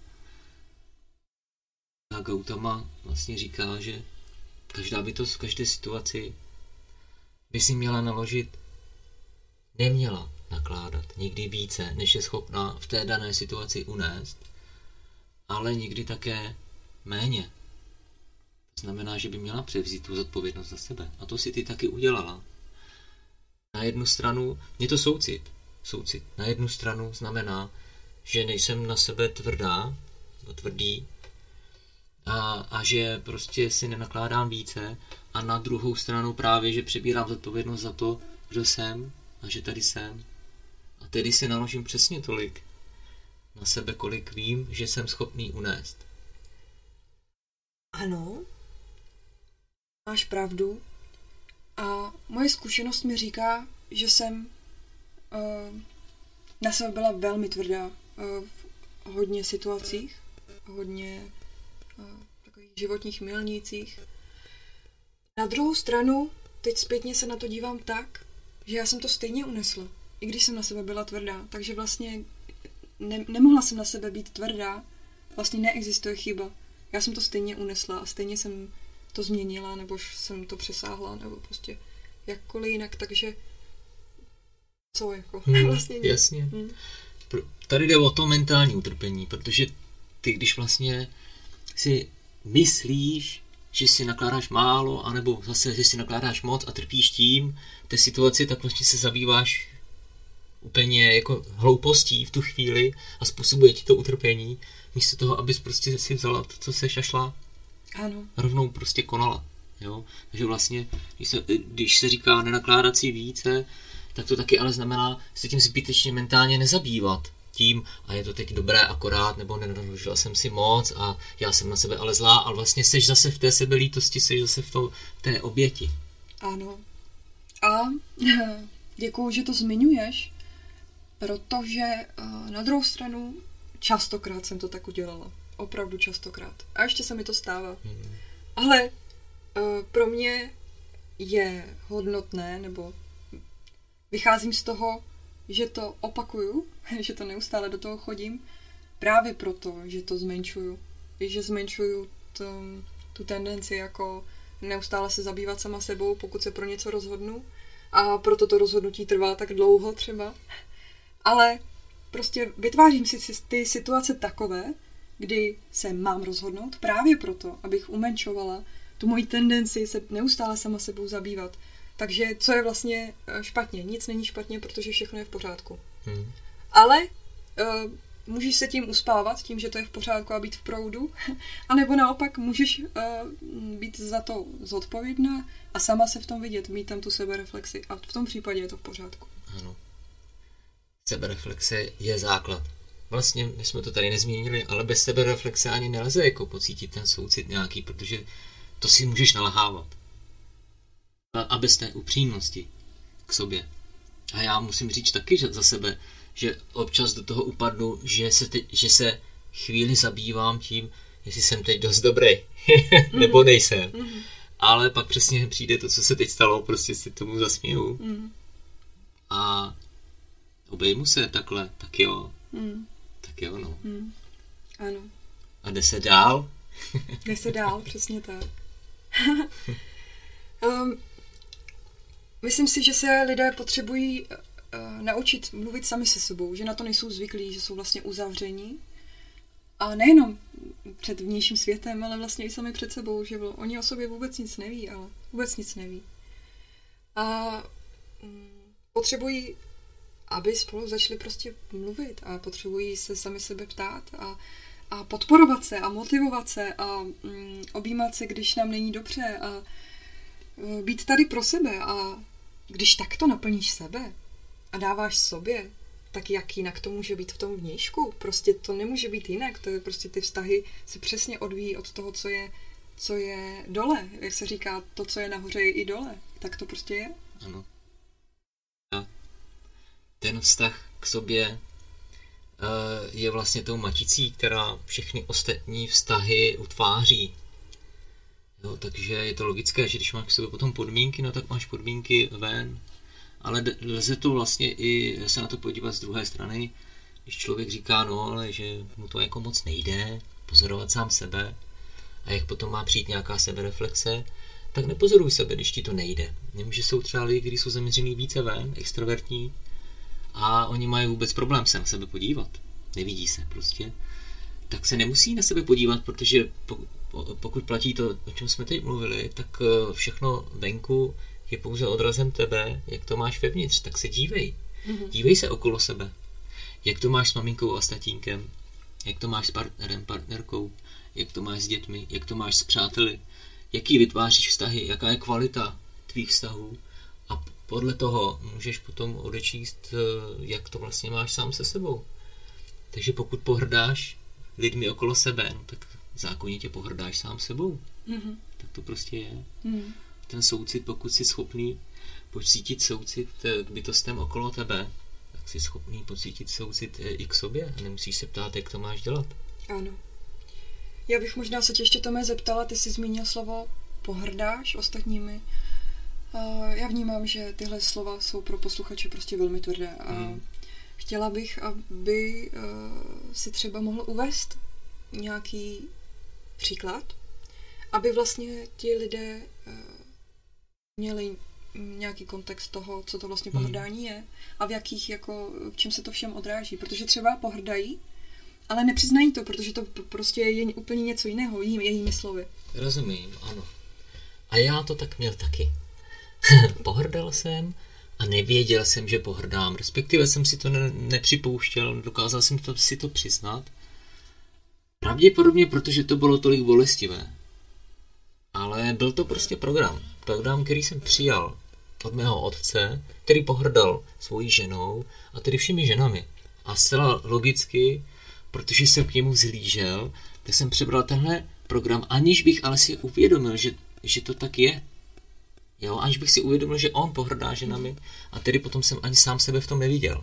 A Gautama vlastně říká, že každá bytost v každé situaci by si měla naložit, neměla nakládat nikdy více, než je schopná v té dané situaci unést, ale nikdy také méně. To znamená, že by měla převzít tu zodpovědnost za sebe. A to si ty taky udělala. Na jednu stranu, je to soucit. Na jednu stranu znamená, že nejsem na sebe tvrdý a že prostě si nenakládám více, a na druhou stranu právě, že přebírám zodpovědnost za to, kdo jsem a že tady jsem. A tedy si naložím přesně tolik na sebe, kolik vím, že jsem schopný unést. Ano, máš pravdu. A moje zkušenost mi říká, že jsem na sebe byla velmi tvrdá v hodně situacích, hodně takových životních milnících. Na druhou stranu, teď zpětně se na to dívám tak, že já jsem to stejně unesla, i když jsem na sebe byla tvrdá. Takže vlastně nemohla jsem na sebe být tvrdá, vlastně neexistuje chyba. Já jsem to stejně unesla a stejně jsem to změnila, nebo jsem to přesáhla, nebo prostě jakkoliv jinak, takže co jako vlastně nic. Jasně. Tady jde o to mentální utrpení, protože ty, když vlastně si myslíš, že si nakládáš málo, anebo zase, že si nakládáš moc a trpíš tím v té situaci, tak vlastně se zabýváš úplně jako hloupostí v tu chvíli a způsobuje ti to utrpení, místo toho, abys prostě si vzala to, co seš a šla. Ano. Rovnou prostě konala. Jo? Takže vlastně, když se říká nenakládat si více, tak to taky ale znamená se tím zbytečně mentálně nezabývat tím, a je to teď dobré akorát, nebo nenaložila jsem si moc a já jsem na sebe ale zlá, ale vlastně seš zase v té sebelítosti, seš zase v té oběti. Ano. A děkuju, že to zmiňuješ, protože na druhou stranu častokrát jsem to tak udělala. Opravdu častokrát. A ještě se mi to stává. Ale pro mě je hodnotné, nebo vycházím z toho, že to opakuju, že to neustále do toho chodím, právě proto, že to zmenšuju. Že zmenšuju tu tendenci jako neustále se zabývat sama sebou, pokud se pro něco rozhodnu. A proto to rozhodnutí trvá tak dlouho třeba. Ale prostě vytvářím si ty situace takové, kdy se mám rozhodnout právě proto, abych umenšovala tu moji tendenci se neustále sama sebou zabývat. Takže co je vlastně špatně? Nic není špatně, protože všechno je v pořádku. Ale můžeš se tím uspávat, tím, že to je v pořádku a být v proudu, anebo naopak můžeš být za to zodpovědná a sama se v tom vidět, mít tam tu sebereflexi. A v tom případě je to v pořádku. Ano. Sebereflexe je základ. Vlastně my jsme to tady nezmínili, ale bez sebereflexe ani nelze jako pocítit ten soucit nějaký, protože to si můžeš nalhávat. A bez té upřímnosti k sobě. A já musím říct taky že za sebe, že občas do toho upadnu, že se chvíli zabývám tím, jestli jsem teď dost dobrý, nebo nejsem. Ale pak přesně přijde to, co se teď stalo, prostě si tomu zasměju. A obejmu se takhle, tak jo. Tak jo, no. Ano. A jde se dál? Jde se dál, přesně tak. Myslím si, že se lidé potřebují naučit mluvit sami se sebou, že na to nejsou zvyklí, že jsou vlastně uzavření. A nejenom před vnějším světem, ale vlastně i sami před sebou, že oni o sobě vůbec nic neví, ale vůbec nic neví. A potřebují, aby spolu začali prostě mluvit a potřebují se sami sebe ptát a podporovat se a motivovat se a objímat se, když nám není dobře a být tady pro sebe. A když takto naplníš sebe a dáváš sobě, tak jak jinak to může být v tom vnějšku? Prostě to nemůže být jinak. To je prostě ty vztahy se přesně odvíjí od toho, co je dole. Jak se říká, to, co je nahoře, je i dole. Tak to prostě je. Ano. A ten vztah k sobě je vlastně tou maticí, která všechny ostatní vztahy utváří. Jo, takže je to logické, že když máš k sobě potom podmínky, no tak máš podmínky ven. Ale lze to vlastně i se na to podívat z druhé strany, když člověk říká, no, ale že mu to jako moc nejde, pozorovat sám sebe a jak potom má přijít nějaká sebereflexe, tak nepozoruj sebe, když ti to nejde. Nemůže jsou třeba lidi, kteří jsou zaměřený více ven, extrovertní a oni mají vůbec problém se na sebe podívat. Nevidí se prostě. Tak se nemusí na sebe podívat, protože pokud platí to, o čem jsme teď mluvili, tak všechno venku je pouze odrazem tebe, jak to máš vevnitř, tak se dívej. Dívej se okolo sebe. Jak to máš s maminkou a s tatínkem, jak to máš s partnerem, partnerkou, jak to máš s dětmi, jak to máš s přáteli, jaký vytváříš vztahy, jaká je kvalita tvých vztahů a podle toho můžeš potom odečíst, jak to vlastně máš sám se sebou. Takže pokud pohrdáš lidmi okolo sebe, no tak zákonitě pohrdáš sám sebou. Tak to prostě je. Ten soucit, pokud jsi schopný pocítit soucit k bytostem okolo tebe, tak jsi schopný pocítit soucit i k sobě a nemusíš se ptát, jak to máš dělat. Ano. Já bych možná se tě ještě, Tome, zeptala, ty jsi zmínil slovo pohrdáš ostatními. Já vnímám, že tyhle slova jsou pro posluchače prostě velmi tvrdé a chtěla bych, aby si třeba mohl uvést nějaký příklad, aby vlastně ti lidé měli nějaký kontext toho, co to vlastně pohrdání je a v čem se to všem odráží. Protože třeba pohrdají, ale nepřiznají to, protože to prostě je úplně něco jiného, jejími slovy. Rozumím, ano. A já to tak měl taky. Pohrdal jsem a nevěděl jsem, že pohrdám. Respektive jsem si to nepřipouštěl, dokázal jsem si to přiznat. Pravděpodobně, protože to bylo tolik bolestivé. Ale byl to prostě program, který jsem přijal od mého otce, který pohrdal svojí ženou a tedy všemi ženami. A zcela logicky, protože jsem k němu vzhlížel, tak jsem přebral tenhle program, aniž bych ale si uvědomil, že to tak je. Jo, aniž bych si uvědomil, že on pohrdá ženami a tedy potom jsem ani sám sebe v tom neviděl.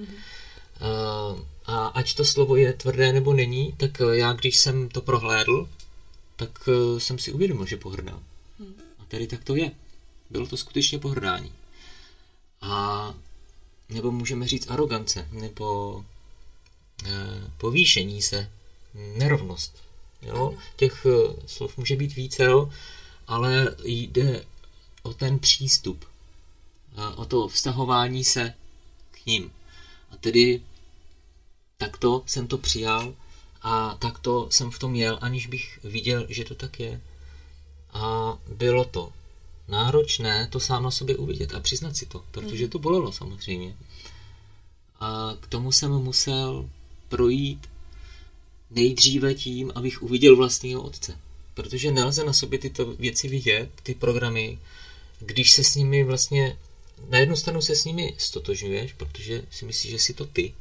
A ať to slovo je tvrdé nebo není, tak já, když jsem to prohlédl, tak jsem si uvědomil, že pohrdám. A tedy tak to je. Bylo to skutečně pohrdání. A nebo můžeme říct arogance, nebo povýšení se, nerovnost. Jo? Těch slov může být více, ale jde o ten přístup, o to vztahování se k ním. A tedy takto jsem to přijal a takto jsem v tom jel, aniž bych viděl, že to tak je. A bylo to náročné to sám na sobě uvidět a přiznat si to, protože to bolelo samozřejmě. A k tomu jsem musel projít nejdříve tím, abych uviděl vlastního otce. Protože nelze na sobě tyto věci vidět, ty programy, když se s nimi vlastně, na jednu stranu se s nimi stotožňuješ, protože si myslíš, že jsi to ty.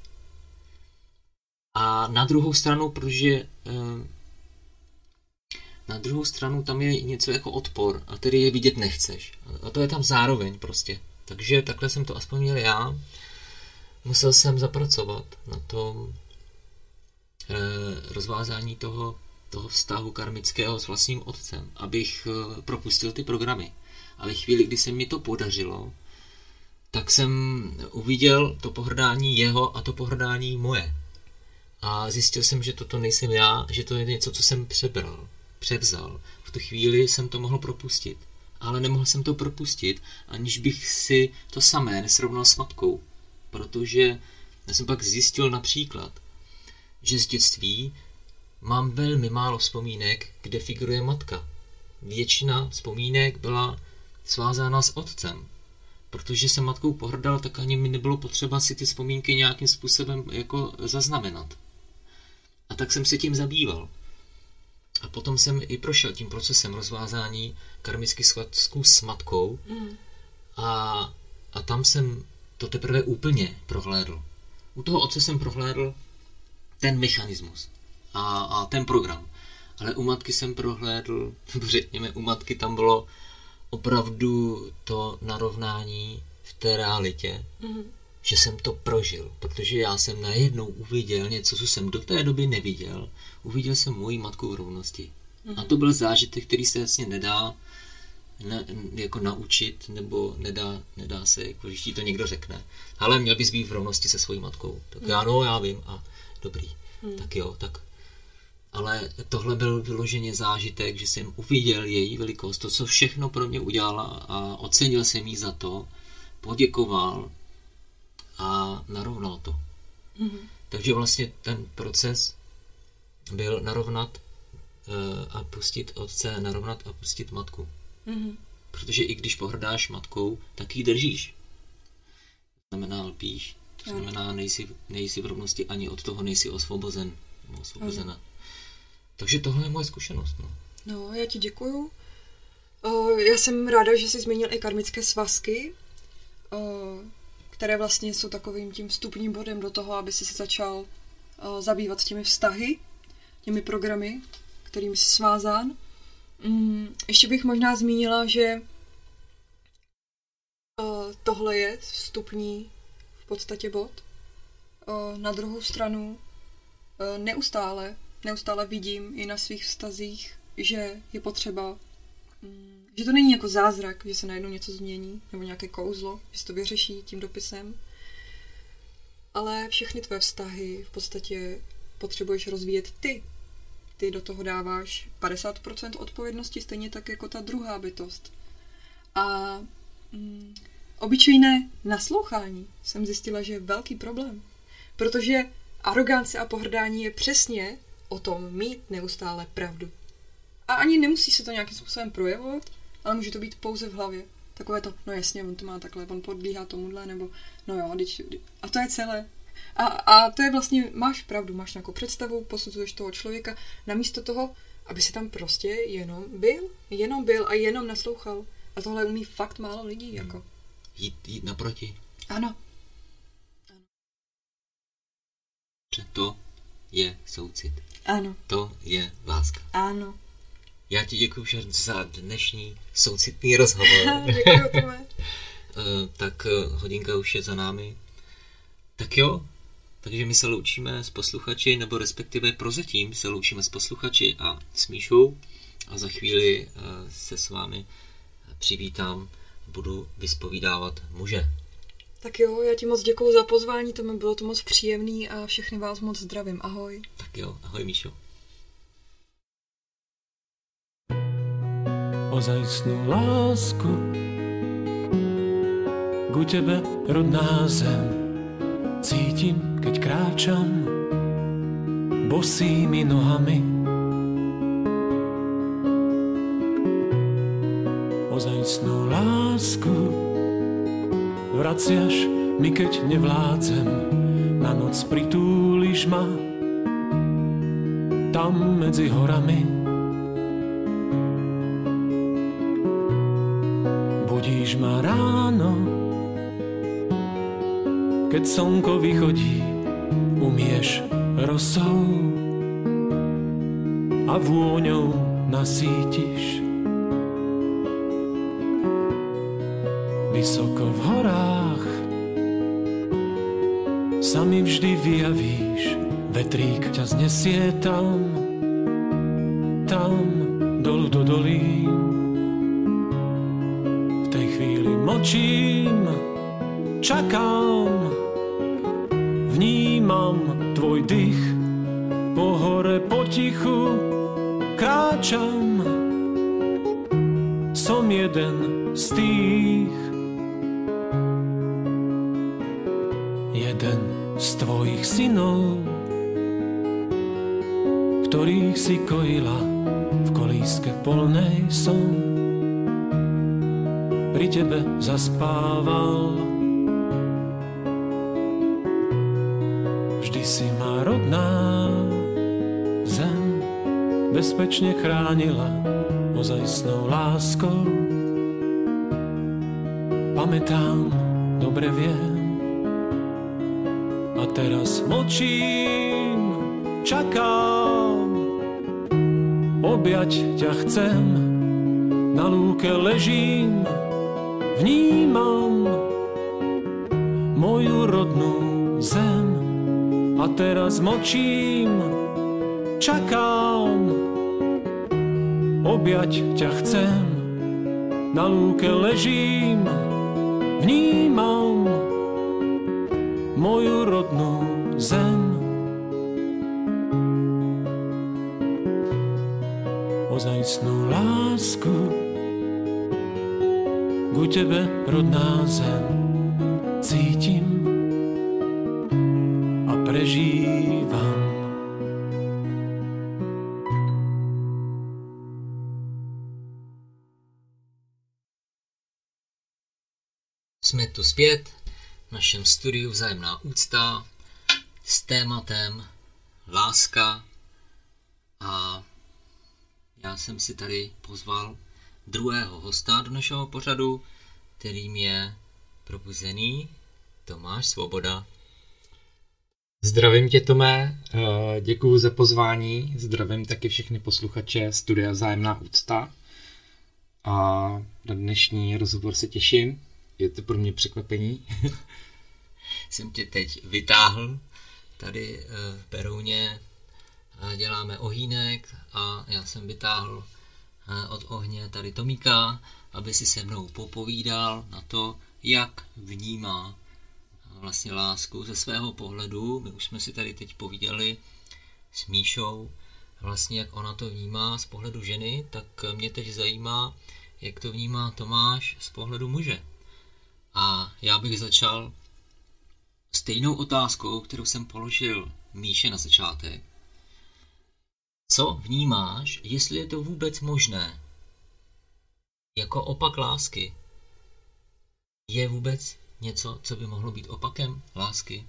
A na druhou stranu, protože na druhou stranu tam je něco jako odpor a tedy je vidět nechceš. A to je tam zároveň prostě. Takže takhle jsem to aspoň měl já. Musel jsem zapracovat na tom rozvázání toho vztahu karmického s vlastním otcem, abych propustil ty programy. A ve chvíli, kdy se mi to podařilo, tak jsem uviděl to pohrdání jeho a to pohrdání moje. A zjistil jsem, že toto nejsem já, že to je něco, co jsem převzal. V tu chvíli jsem to mohl propustit. Ale nemohl jsem to propustit, aniž bych si to samé nesrovnal s matkou. Protože já jsem pak zjistil například, že z dětství mám velmi málo vzpomínek, kde figuruje matka. Většina vzpomínek byla svázána s otcem. Protože jsem matkou pohrdal, tak ani mi nebylo potřeba si ty vzpomínky nějakým způsobem jako zaznamenat. A tak jsem se tím zabýval. A potom jsem i prošel tím procesem rozvázání karmických svazků s matkou a tam jsem to teprve úplně prohlédl. U toho otce jsem prohlédl ten mechanismus a ten program. Ale u matky jsem prohlédl, řekněme, u matky tam bylo opravdu to narovnání v té realitě, že jsem to prožil, protože já jsem najednou uviděl něco, co jsem do té doby neviděl. Uviděl jsem moji matku v rovnosti. A to byl zážitek, který se jasně nedá jako naučit, nebo nedá se, jako, když ti to někdo řekne. Ale měl bys být v rovnosti se svojí matkou. Tak já vím a dobrý. Tak jo, tak. Ale tohle byl vyloženě zážitek, že jsem uviděl její velikost, to, co všechno pro mě udělala a ocenil jsem jí za to, poděkoval a narovnal to. Takže vlastně ten proces byl narovnat a pustit otce, narovnat a pustit matku. Protože i když pohrdáš matkou, tak ji držíš. To znamená lpíš. To znamená, nejsi v rovnosti, ani od toho nejsi osvobozen. Osvobozena. Takže tohle je moje zkušenost. No, já ti děkuju. Já jsem ráda, že jsi zmínil i karmické svazky, které vlastně jsou takovým tím vstupním bodem do toho, aby si se začal zabývat těmi vztahy, těmi programy, kterými jsi svázán. Ještě bych možná zmínila, že tohle je vstupní v podstatě bod. Na druhou stranu neustále vidím i na svých vztazích, že je potřeba, že to není jako zázrak, že se najednou něco změní, nebo nějaké kouzlo, že se to vyřeší tím dopisem, ale všechny tvé vztahy v podstatě potřebuješ rozvíjet ty. Ty do toho dáváš 50% odpovědnosti, stejně tak jako ta druhá bytost. A obyčejné naslouchání jsem zjistila, že je velký problém. Protože arogance a pohrdání je přesně o tom mít neustále pravdu. A ani nemusí se to nějakým způsobem projevovat, ale může to být pouze v hlavě. Takové to, no jasně, on to má takhle, on podlíhá tomuhle, nebo no jo, a to je celé. A to je vlastně, máš pravdu, máš nějakou představu, posuzuješ toho člověka, namísto toho, aby si tam prostě jenom byl a jenom naslouchal. A tohle umí fakt málo lidí, jako. Jít naproti. Ano. To je soucit. Ano. To je láska. Ano. Já ti děkuji za dnešní soucitný rozhovor. Děkuji, Tome. Tak hodinka už je za námi. Tak jo, takže my se loučíme s posluchači, nebo respektive prozatím se loučíme s posluchači a s Míšou a za chvíli se s vámi přivítám, budu vyspovídávat muže. Tak jo, já ti moc děkuju za pozvání, to mi bylo to moc příjemný a všechny vás moc zdravím. Ahoj. Tak jo, ahoj Míšo. Ozajstnú lásku ku tebe, rodná zem, cítim, keď kráčam bosými nohami. Ozajstnú lásku vraciaš mi, keď nevládzem, na noc pritúliš ma tam medzi horami. Budíš ma ráno, keď slnko vychodí, umieš rosou a vôňou nasítiš. Vysoko v horách sa mi vždy vyjavíš, vetrík ťa znesie tam dolu do dolín. V tej chvíli mlčím, čakám, vnímam tvoj dých, po hore potichu kráčam, som jeden z tých. Jeden z tvojich synov, ktorých si kojila v kolíske polnej som. Pri tebe zaspával, vždy si ma rodná zem bezpečne chránila ozajstnou láskou. Pamätám, dobre viem, a teraz mlčím, čakám, objať ťa chcem, na lúke ležím, vnímam moju rodnú zem. A teraz mlčím, čakám, objať ťa chcem, na lúke ležím, vnímam moju rodnú zem. Ozajstnú lásku ku tebe, rodná zem, cítim a prežívam. Jsme tu zpět v našem studiu Vzájemná úcta s tématem láska a já jsem si tady pozval druhého hosta do našeho pořadu, kterým je probuzený Tomáš Svoboda. Zdravím tě, Tomé, děkuju za pozvání, zdravím taky všechny posluchače Studia Vzájemná úcta a na dnešní rozhovor se těším, je to pro mě překvapení. Jsem tě teď vytáhl, tady v Berouně děláme ohýnek a já jsem vytáhl od ohně tady Tomíka, aby si se mnou popovídal na to, jak vnímá vlastně lásku ze svého pohledu. My už jsme si tady teď povídali s Míšou, vlastně jak ona to vnímá z pohledu ženy, tak mě teď zajímá, jak to vnímá Tomáš z pohledu muže. A já bych začal stejnou otázkou, kterou jsem položil Míše na začátek. Co vnímáš, jestli je to vůbec možné? Jako opak lásky. Je vůbec něco, co by mohlo být opakem lásky?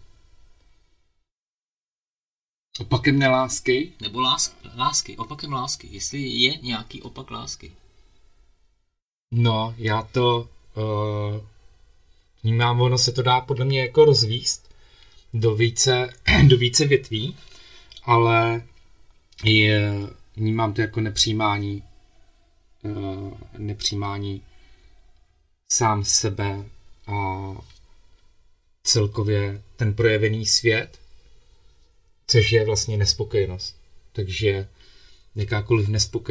Opakem nelásky? Nebo lásky, opakem lásky. Jestli je nějaký opak lásky. No, já to vnímám, ono se to dá podle mě jako rozvíst do více větví, ale vnímám to jako nepřijímání sám sebe a celkově ten projevený svět, což je vlastně nespokojenost. Takže jakoukoliv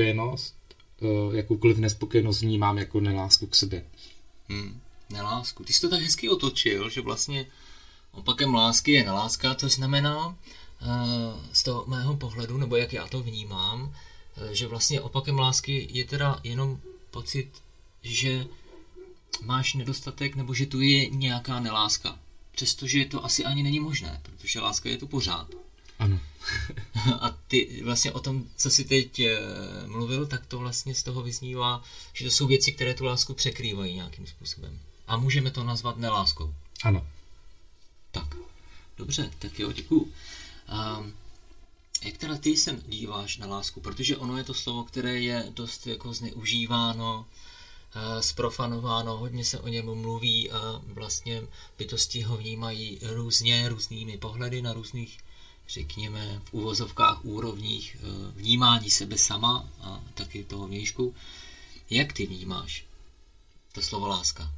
nespokojenost vnímám jako nelásku k sobě. Nelásku. Ty jsi to tak hezky otočil, že vlastně opakem lásky je neláska, to znamená z toho mého pohledu, nebo jak já to vnímám, že vlastně opakem lásky je teda jenom pocit, že máš nedostatek, nebo že tu je nějaká neláska. Přestože to asi ani není možné, protože láska je tu pořád. Ano. A ty vlastně o tom, co jsi teď mluvil, tak to vlastně z toho vyznívá, že to jsou věci, které tu lásku překrývají nějakým způsobem. A můžeme to nazvat neláskou. Ano. Tak, dobře, tak jo, děkuju. Jak teda ty se díváš na lásku? Protože ono je to slovo, které je dost jako zneužíváno, zprofanováno, hodně se o něm mluví a vlastně bytosti ho vnímají různými pohledy na různých, řekněme, v uvozovkách úrovních vnímání sebe sama a taky toho vnějšku. Jak ty vnímáš to slovo láska?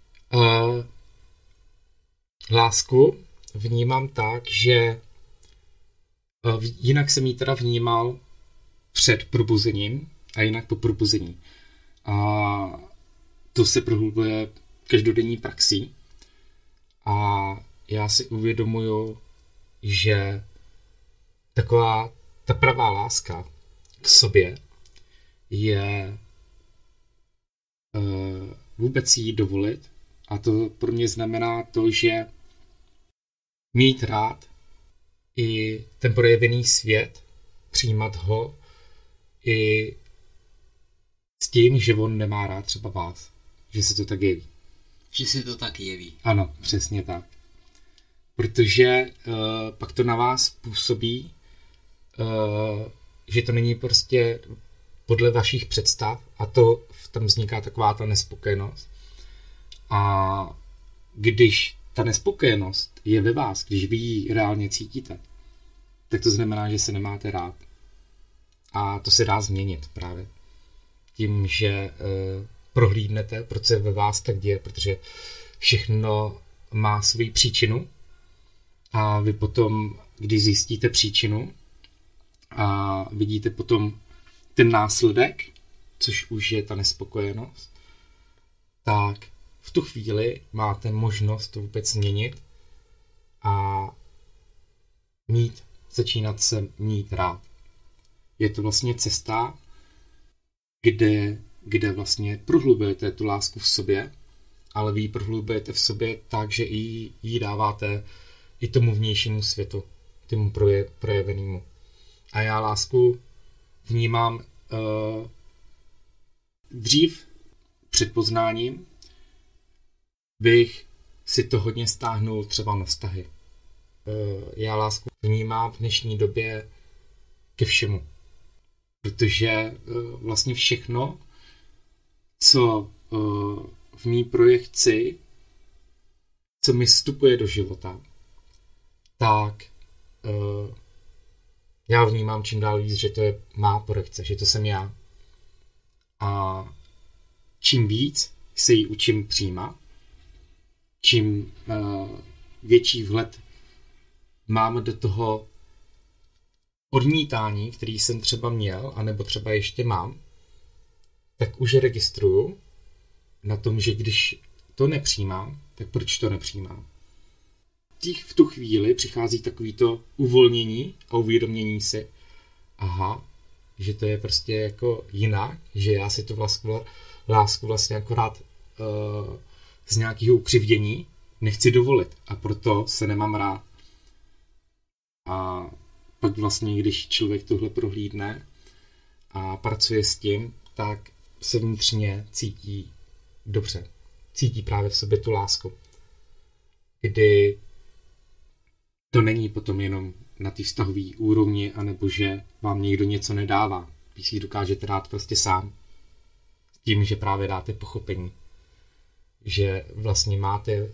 Lásku vnímám tak, že jinak jsem ji teda vnímal před probuzením a jinak po probuzení. A to se prohlubuje každodenní praxí. A já si uvědomuju, že taková ta pravá láska k sobě je vůbec jí dovolit. A to pro mě znamená to, že mít rád i ten projevený svět, přijímat ho i s tím, že on nemá rád třeba vás. Že se to tak jeví. Že se to tak jeví. Ano, přesně tak. Protože pak to na vás působí, že to není prostě podle vašich představ a to tam vzniká taková ta nespokojenost. A když ta nespokojenost je ve vás, když vy ji reálně cítíte, tak to znamená, že se nemáte rád. A to se dá změnit právě tím, že prohlídnete, proč se ve vás tak děje, protože všechno má svoji příčinu a vy potom, když zjistíte příčinu a vidíte potom ten následek, což už je ta nespokojenost, tak v tu chvíli máte možnost to vůbec změnit a začínat se mít rád. Je to vlastně cesta, kde vlastně prohlubujete tu lásku v sobě, ale vy ji prohlubujete v sobě tak, že ji dáváte i tomu vnějšímu světu, tomu projevenému. A já lásku vnímám dřív před poznáním, bych si to hodně stáhnul třeba na vztahy. Já lásku vnímám v dnešní době ke všemu. Protože vlastně všechno, co v mý projekci, co mi vstupuje do života, tak já vnímám čím dál víc, že to je má projekce, že to jsem já. A čím víc se ji učím přijímat, čím větší vhled mám do toho odmítání, který jsem třeba měl, anebo třeba ještě mám, tak už registruju na tom, že když to nepřijímám, tak proč to nepřijímám? V tu chvíli přichází takovýto uvolnění a uvědomění si, aha, že to je prostě jako jinak, že já si tu lásku vlastně akorát z nějakého ukřivdění nechci dovolit a proto se nemám rád. A pak vlastně, když člověk tohle prohlídne a pracuje s tím, tak se vnitřně cítí dobře. Cítí právě v sobě tu lásku. Kdy to není potom jenom na té vztahové úrovni, anebo že vám někdo něco nedává. Když si dokážete dát prostě sám. S tím, že právě dáte pochopení. Že vlastně máte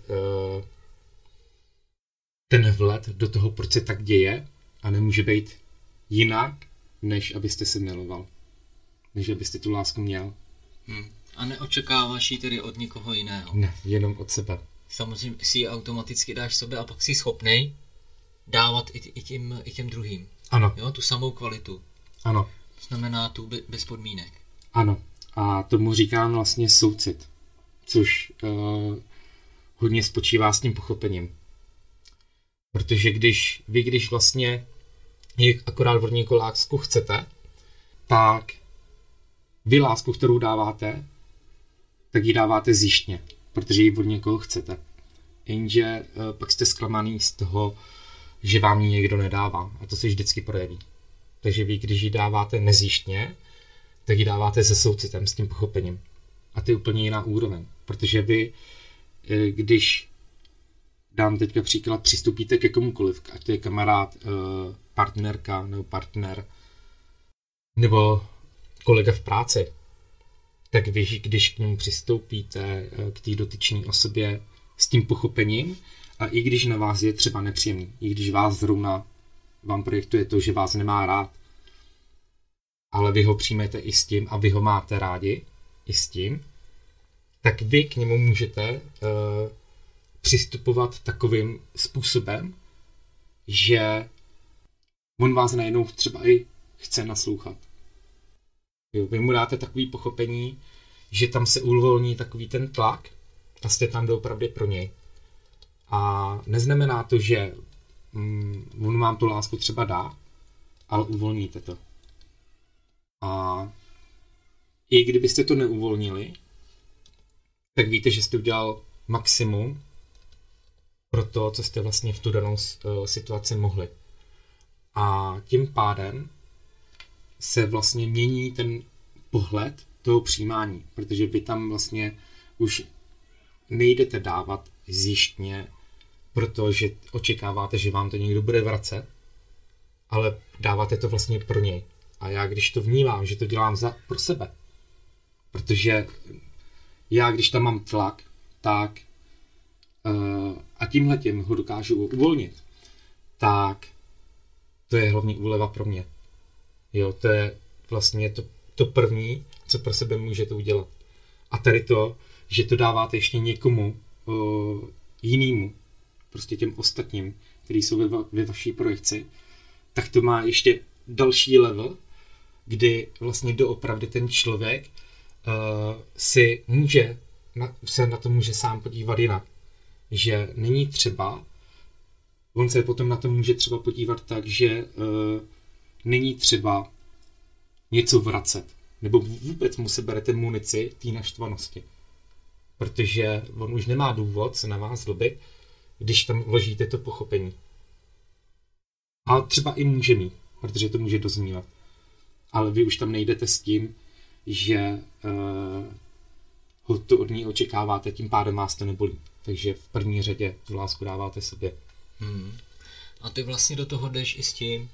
ten vhled do toho, proč se tak děje a nemůže být jinak, než abyste se miloval. Než abyste tu lásku měl. A neočekáváš ji tedy od nikoho jiného? Ne, jenom od sebe. Samozřejmě si ji automaticky dáš sobě a pak jsi schopnej dávat i těm druhým. Ano. Jo, tu samou kvalitu. Ano. To znamená tu bez podmínek. Ano. A tomu říkám vlastně soucit. Což hodně spočívá s tím pochopením. Protože když vlastně akorát od někoho lásku chcete, tak vy lásku, kterou dáváte, tak ji dáváte zjištně, protože ji od někoho chcete. Jenže pak jste zklamaný z toho, že vám ji někdo nedává. A to se vždycky projeví. Takže vy, když ji dáváte nezjištně, tak ji dáváte se soucitem, s tím pochopením. A to je úplně jiná úroveň. Protože vy, když dám teďka příklad, přistupíte ke komukoliv, ať to je kamarád, partnerka nebo partner, nebo kolega v práci, tak vy, když k němu přistoupíte, k té dotyčné osobě s tím pochopením, a i když na vás je třeba nepříjemný, i když vás zrovna vám projektuje to, že vás nemá rád, ale vy ho přijmete i s tím a vy ho máte rádi i s tím, tak vy k němu můžete přistupovat takovým způsobem, že on vás najednou třeba i chce naslouchat. Jo, vy mu dáte takový pochopení, že tam se uvolní takový ten tlak a jste tam doopravdy pro něj. A neznamená to, že on vám tu lásku třeba dá, ale uvolníte to. A i kdybyste to neuvolnili, tak víte, že jste udělal maximum pro to, co jste vlastně v tu danou situaci mohli. A tím pádem se vlastně mění ten pohled toho přijímání, protože vy tam vlastně už nejdete dávat zjištně, protože očekáváte, že vám to někdo bude vracet, ale dáváte to vlastně pro něj. A já, když to vnímám, že to dělám pro sebe, protože já, když tam mám tlak, tak a tímhletím ho dokážu uvolnit, tak to je hlavní úleva pro mě. Jo, to je vlastně to první, co pro sebe můžete udělat. A tady to, že to dáváte ještě někomu jinému, prostě těm ostatním, kteří jsou ve vaší projekci, tak to má ještě další level, kdy vlastně doopravdy ten člověk si může se na to může sám podívat jinak. Že není třeba, on se potom na to může třeba podívat tak, že není třeba něco vracet. Nebo vůbec mu se berete munici té naštvanosti. Protože on už nemá důvod se na vás zlobit, když tam vložíte to pochopení. A třeba i může mít, protože to může doznívat. Ale vy už tam nejdete s tím, že to od ní očekáváte, tím pádem vás to nebolí. Takže v první řadě tu lásku dáváte sobě. A ty vlastně do toho jdeš i s tím,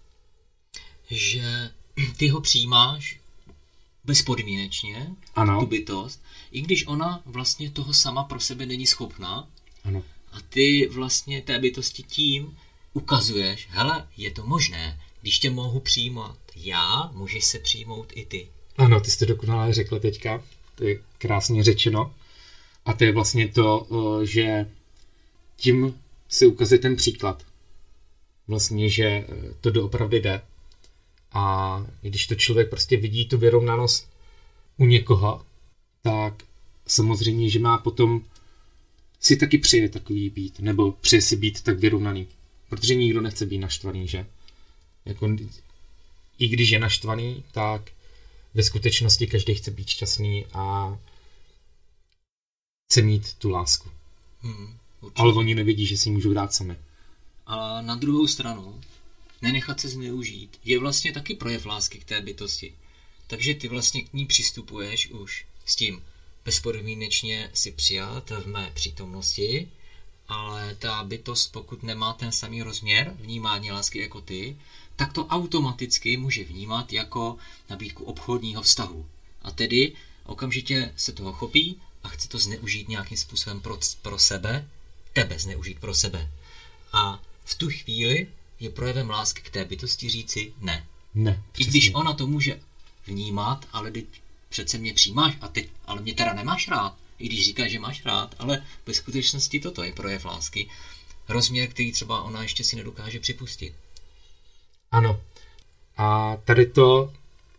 že ty ho přijímáš bezpodmínečně, ano. Tu bytost, i když ona vlastně toho sama pro sebe není schopná. Ano. A ty vlastně té bytosti tím ukazuješ, hele, je to možné, když tě mohu přijímat já, můžeš se přijmout i ty. Ano, ty jste dokonale řekl teďka, to je krásně řečeno. A to je vlastně to, že tím se ukazuje ten příklad. Vlastně, že to doopravdy jde. A když to člověk prostě vidí tu vyrovnanost u někoho, tak samozřejmě, že má potom si taky přeje takový být, nebo přeje si být tak vyrovnaný. Protože nikdo nechce být naštvaný, že? Jako, i když je naštvaný, tak ve skutečnosti každý chce být šťastný a chce mít tu lásku. Ale oni nevidí, že si ji můžou dát sami. A na druhou stranu, nenechat se zneužít je vlastně taky projev lásky k té bytosti. Takže ty vlastně k ní přistupuješ už s tím bezpodmínečně si přijat v mé přítomnosti, ale ta bytost, pokud nemá ten samý rozměr vnímání lásky jako ty, tak to automaticky může vnímat jako nabídku obchodního vztahu. A tedy okamžitě se toho chopí a chce to zneužít nějakým způsobem pro sebe, tebe zneužít pro sebe. A v tu chvíli je projevem lásky k té bytosti říci ne. Ne, i když ona to může vnímat, ale teď přece mě přijímáš a teď, ale mě teda nemáš rád. I když říkáš, že máš rád, ale ve skutečnosti toto je projev lásky. Rozměr, který třeba ona ještě si nedokáže připustit. Ano. A tady to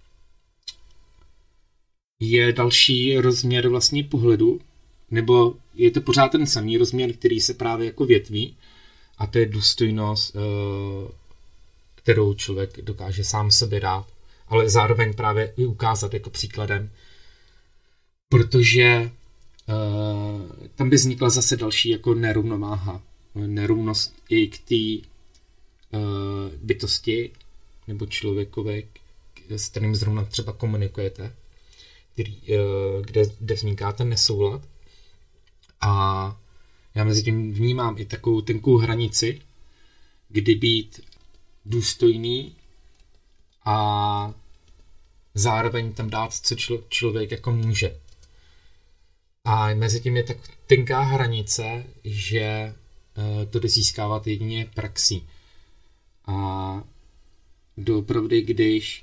je další rozměr vlastně pohledu, nebo je to pořád ten samý rozměr, který se právě jako větví, a to je důstojnost, kterou člověk dokáže sám sobě dát, ale zároveň právě i ukázat jako příkladem, protože tam by vznikla zase další jako nerovnováha. Nerovnost i k té bytosti nebo člověkovi, s kterým zrovna třeba komunikujete, kde vzniká ten nesoulad. A já mezi tím vnímám i takovou tenkou hranici, kdy být důstojný a zároveň tam dát, co člověk jako může. A mezi tím je tak tenká hranice, že to jde získávat jedině praxí. A doopravdy, když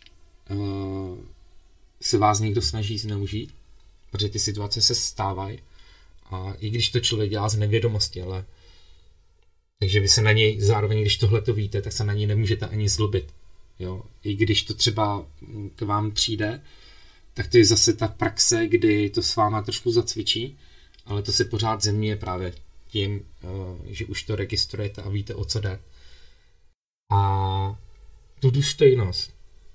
se vás někdo snaží zneužít, protože ty situace se stávají, a i když to člověk dělá z nevědomosti, ale takže vy se na něj zároveň, když tohle to víte, tak se na něj nemůžete ani zlobit. Jo? I když to třeba k vám přijde, tak to je zase ta praxe, kdy to s váma trošku zacvičí, ale to se pořád země právě tím, že už to registrujete a víte, o co jde. A tu důstojnost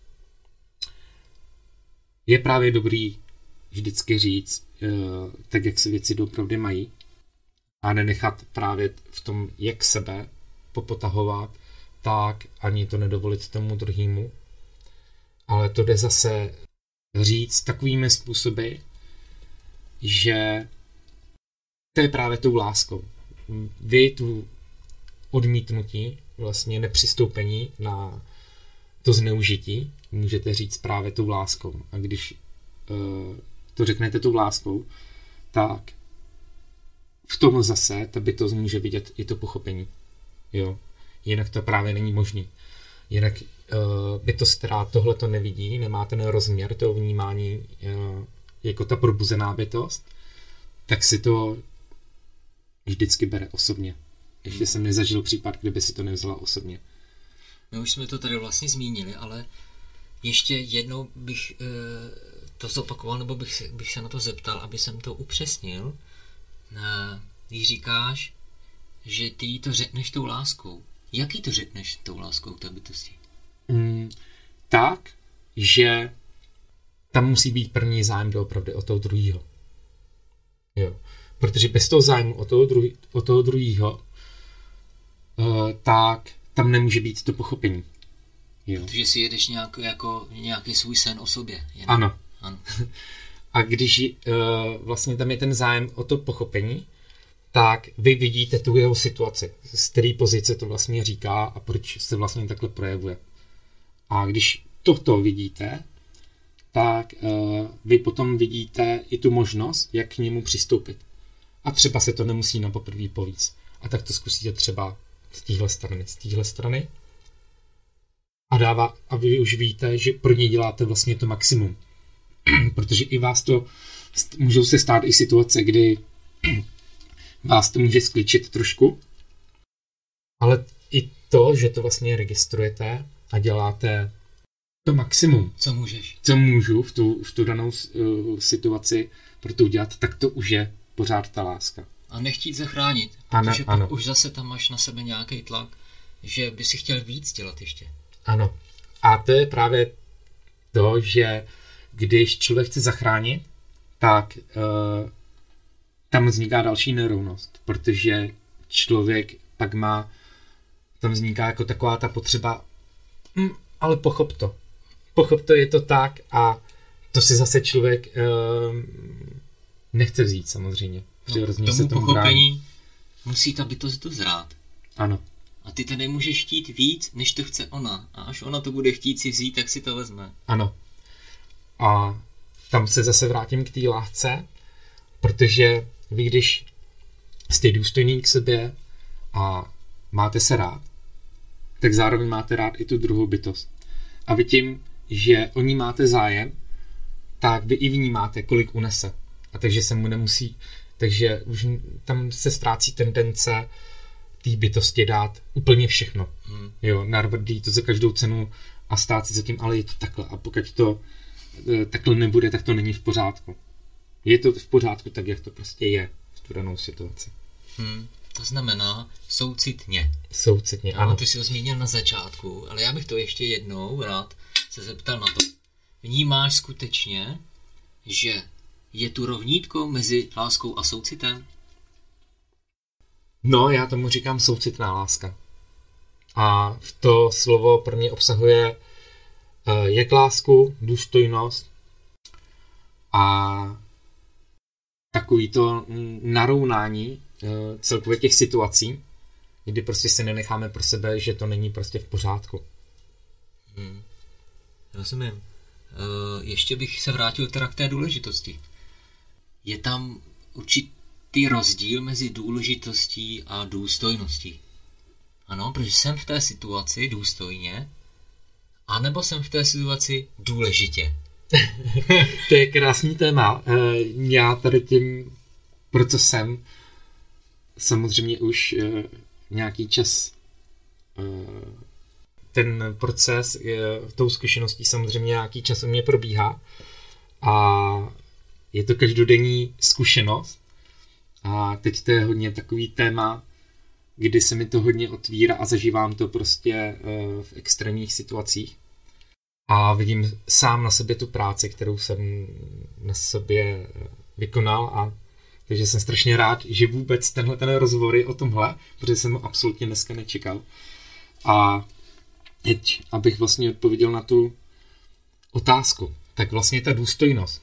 je právě dobrý vždycky říct, tak jak se věci doopravdy mají, a nenechat právě v tom, jak sebe popotahovat, tak ani to nedovolit tomu druhému. Ale to jde zase říct takovými způsoby, že to je právě tou láskou. Vy tu odmítnutí, vlastně nepřistoupení na to zneužití, můžete říct právě tou láskou. A když to řeknete tou láskou, tak v tom zase ta bytost může vidět i to pochopení. Jo. Jinak to právě není možný. Jinak bytost, která tohle to nevidí, nemá ten rozměr toho vnímání jako ta probuzená bytost, tak si to vždycky bere osobně. Ještě jsem nezažil případ, kdyby si to nevzala osobně. My už jsme to tady vlastně zmínili, ale ještě jednou bych to zopakoval, nebo bych se na to zeptal, aby jsem to upřesnil. Když říkáš, že ty to řekneš tou láskou. Jaký to řekneš tou láskou té bytosti? Tak, že tam musí být první zájem doopravdy o toho druhého. Jo. Protože bez toho zájmu o toho druhého, tak tam nemůže být to pochopení. Jo. Protože si jedeš nějaký svůj sen o sobě. Ano. A když vlastně tam je ten zájem o to pochopení, tak vy vidíte tu jeho situaci, z které pozice to vlastně říká a proč se vlastně takhle projevuje. A když toto vidíte, tak vy potom vidíte i tu možnost, jak k němu přistoupit. A třeba se to nemusí na poprvé povíct. A tak to zkusíte třeba z téhle strany. A vy už víte, že pro ně děláte vlastně to maximum. Protože i vás to, můžou se stát i situace, kdy vás to může skličit trošku. Ale i to, že to vlastně registrujete a děláte to maximum. Co můžu v tu danou situaci pro to udělat, tak to už je pořád ta láska. A nechtít zachránit, protože pak už zase tam máš na sebe nějaký tlak, že by si chtěl víc dělat ještě. Ano. A to je právě to, že když člověk chce zachránit, tak tam vzniká další nerovnost, protože člověk pak tam vzniká jako taková ta potřeba, ale pochop to, je to tak a to si zase člověk nechce vzít samozřejmě. Tomu pochopení musí ta bytost dozrát. Ano. A ty to nemůžeš chtít víc, než to chce ona. A až ona to bude chtít si vzít, tak si to vezme. Ano. A tam se zase vrátím k té lásce, protože vy, když jste důstojný k sobě a máte se rád, tak zároveň máte rád i tu druhou bytost. A vy tím, že o ní máte zájem, tak vy i vnímáte, kolik unese. A takže se mu nemusí, takže už tam se ztrácí tendence té bytosti dát úplně všechno. Jo, narvrdí to za každou cenu a stát si za tím, ale je to takhle. A pokud to takhle nebude, tak to není v pořádku. Je to v pořádku tak, jak to prostě je v tu danou situaci. To znamená soucitně. Soucitně, ano. Ty jsi to zmínil na začátku, ale já bych to ještě jednou rád se zeptal na to. Vnímáš skutečně, že je tu rovnítko mezi láskou a soucitem? No, já tomu říkám soucitná láska. A to slovo pro mě obsahuje jak lásku, důstojnost a takový to narovnání celkově těch situací, kdy prostě se nenecháme pro sebe, že to není prostě v pořádku. Rozumím. Ještě bych se vrátil teda k té důležitosti. Je tam určitý rozdíl mezi důležitostí a důstojností. Ano, protože jsem v té situaci důstojně, anebo jsem v té situaci důležitě. To je krásný téma. Já tady tím, proto jsem samozřejmě už nějaký čas ten proces tou zkušeností samozřejmě nějaký čas u mě probíhá a je to každodenní zkušenost a teď to je hodně takový téma, kdy se mi to hodně otvírá a zažívám to prostě v extrémních situacích a vidím sám na sobě tu práci, kterou jsem na sobě vykonal a takže jsem strašně rád, že vůbec ten rozhovor je o tomhle, protože jsem ho absolutně dneska nečekal. A teď, abych vlastně odpověděl na tu otázku, tak vlastně ta důstojnost.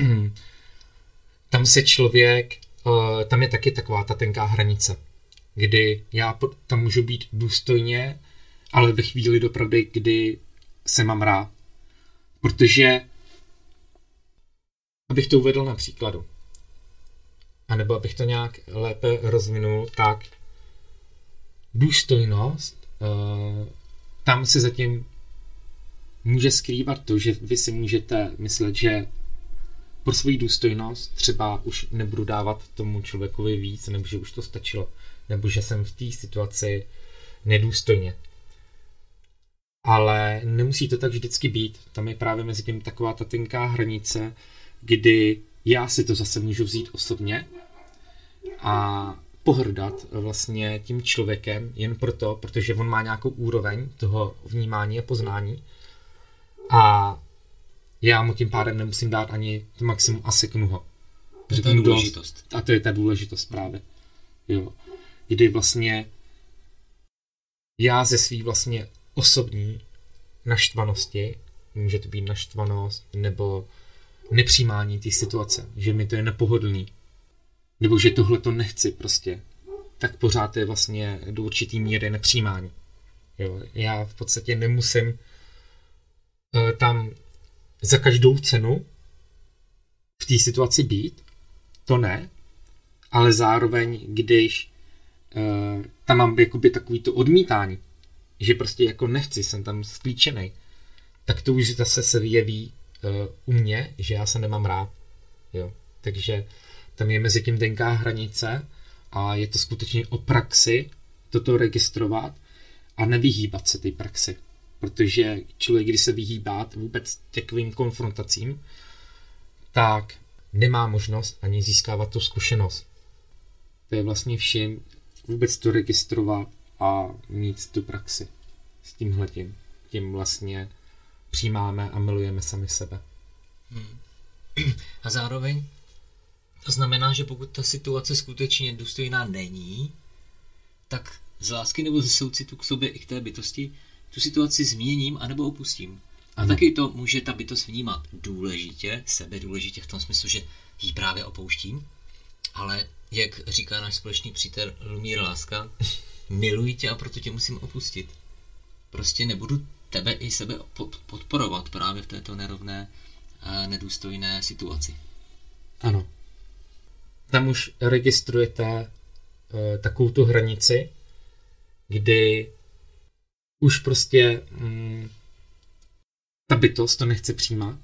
Tam se člověk, tam je taky taková ta tenká hranice, kdy já tam můžu být důstojně, ale ve chvíli dopravdy, kdy se mám rád. Protože, abych to uvedl na příkladu, anebo abych to nějak lépe rozvinul, tak důstojnost, tam se zatím může skrývat to, že vy si můžete myslet, že pro svou důstojnost třeba už nebudu dávat tomu člověkovi víc, nebo že už to stačilo, nebo že jsem v té situaci nedůstojně. Ale nemusí to tak vždycky být. Tam je právě mezi tím taková ta tenká hranice, kdy já si to zase můžu vzít osobně a pohrdat vlastně tím člověkem jen proto, protože on má nějakou úroveň toho vnímání a poznání a já mu tím pádem nemusím dát ani to maximum a seknu ho. To je důležitost. A to je ta důležitost právě. Jo. Kdy vlastně já ze svý vlastně osobní naštvanosti, může to být naštvanost nebo nepřijímání té situace, že mi to je nepohodlný, nebo že tohle to nechci prostě, tak pořád je vlastně do určitý míry nepřijímání. Jo. Já v podstatě nemusím tam za každou cenu v té situaci být, to ne, ale zároveň, když tam mám jakoby takový to odmítání, že prostě jako nechci, jsem tam sklíčenej, tak to už zase se vyjeví u mě, že já se nemám rád. Jo. Takže tam je mezi tím tenká hranice a je to skutečně o praxi toto registrovat a nevyhýbat se té praxi. Protože člověk, když se vyhýbá vůbec takovým konfrontacím, tak nemá možnost ani získávat tu zkušenost. To je vlastně vším vůbec to registrovat a mít tu praxi s tímhletím. Tím vlastně přijímáme a milujeme sami sebe. A zároveň to znamená, že pokud ta situace skutečně důstojná není, tak z lásky nebo ze soucitu k sobě i k té bytosti tu situaci změním anebo opustím. A taky to může ta bytost vnímat důležitě, sebe důležitě v tom smyslu, že ji právě opouštím, ale jak říká náš společný přítel Lumír Láska, miluji tě a proto tě musím opustit. Prostě nebudu tebe i sebe podporovat právě v této nerovné a nedůstojné situaci. Ano. Tam už registrujete takovou tu hranici, kdy už prostě ta bytost to nechce přijímat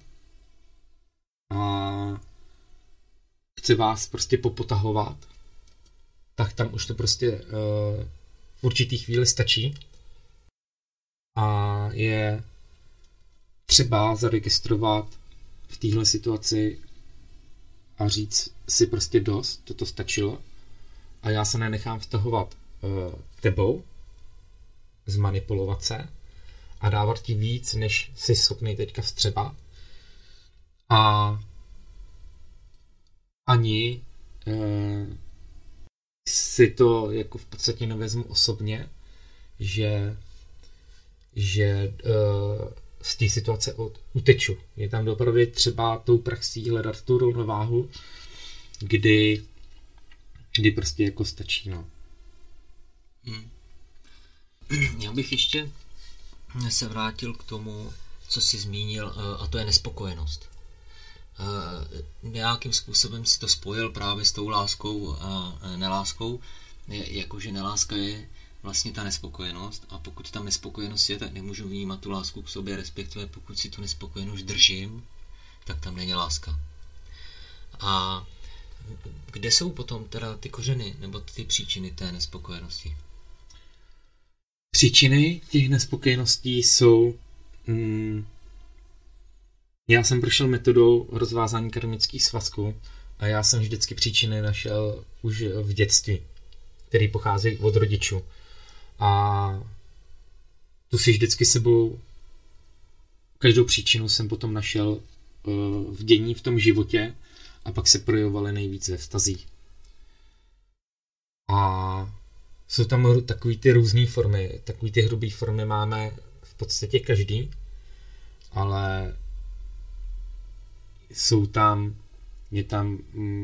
a chce vás prostě popotahovat, tak tam už to prostě v určitý chvíli stačí a je třeba zaregistrovat v téhle situaci a říct si prostě dost, toto stačilo a já se nenechám vtahovat tebou, zmanipulovat se a dávat ti víc, než jsi schopný teďka vstřebat a ani si to jako v podstatě nevezmu osobně, že z té situace uteču. Je tam opravdu třeba tou praxí hledat tu rovnováhu, kdy prostě jako stačí, no. Já bych ještě se vrátil k tomu, co jsi zmínil, a to je nespokojenost. Nějakým způsobem si to spojil právě s tou láskou a neláskou, jakože neláska je vlastně ta nespokojenost a pokud tam nespokojenost je, tak nemůžu vnímat tu lásku k sobě, respektive pokud si tu nespokojenost držím, tak tam není láska. A kde jsou potom teda ty kořeny nebo ty příčiny té nespokojenosti? Příčiny těch nespokojeností jsou... Já jsem prošel metodou rozvázání karmických svazků a já jsem vždycky příčiny našel už v dětství, který pochází od rodičů. A tu si vždycky sebou, každou příčinu jsem potom našel v dění v tom životě a pak se projevovaly nejvíc ve vztazích. A jsou tam takový ty různé formy, takový ty hrubé formy máme v podstatě každý, ale je tam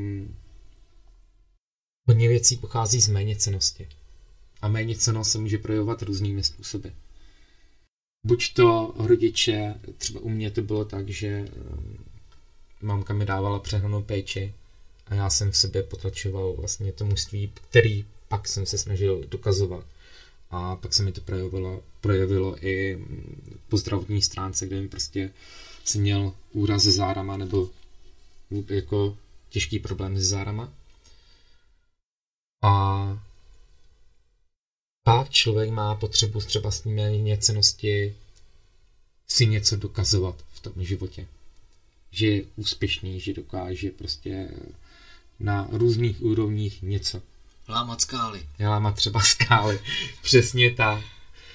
hodně věcí pochází z méněcennosti. A méněcennost se může projevovat různými způsoby. Buď to rodiče, třeba u mě to bylo tak, že mamka mi dávala přehnanou péči a já jsem v sobě potlačoval vlastně to mužství, který pak jsem se snažil dokazovat. A pak se mi to projevilo i po zdravotní stránce, kde mi prostě jsem měl úraz se zárama nebo jako těžký problém se zárama. A pak člověk má potřebu třeba s méněcennosti si něco dokazovat v tom životě. Že je úspěšný, že dokáže prostě na různých úrovních něco. Lámat skály. Lámat třeba skály. Přesně tak.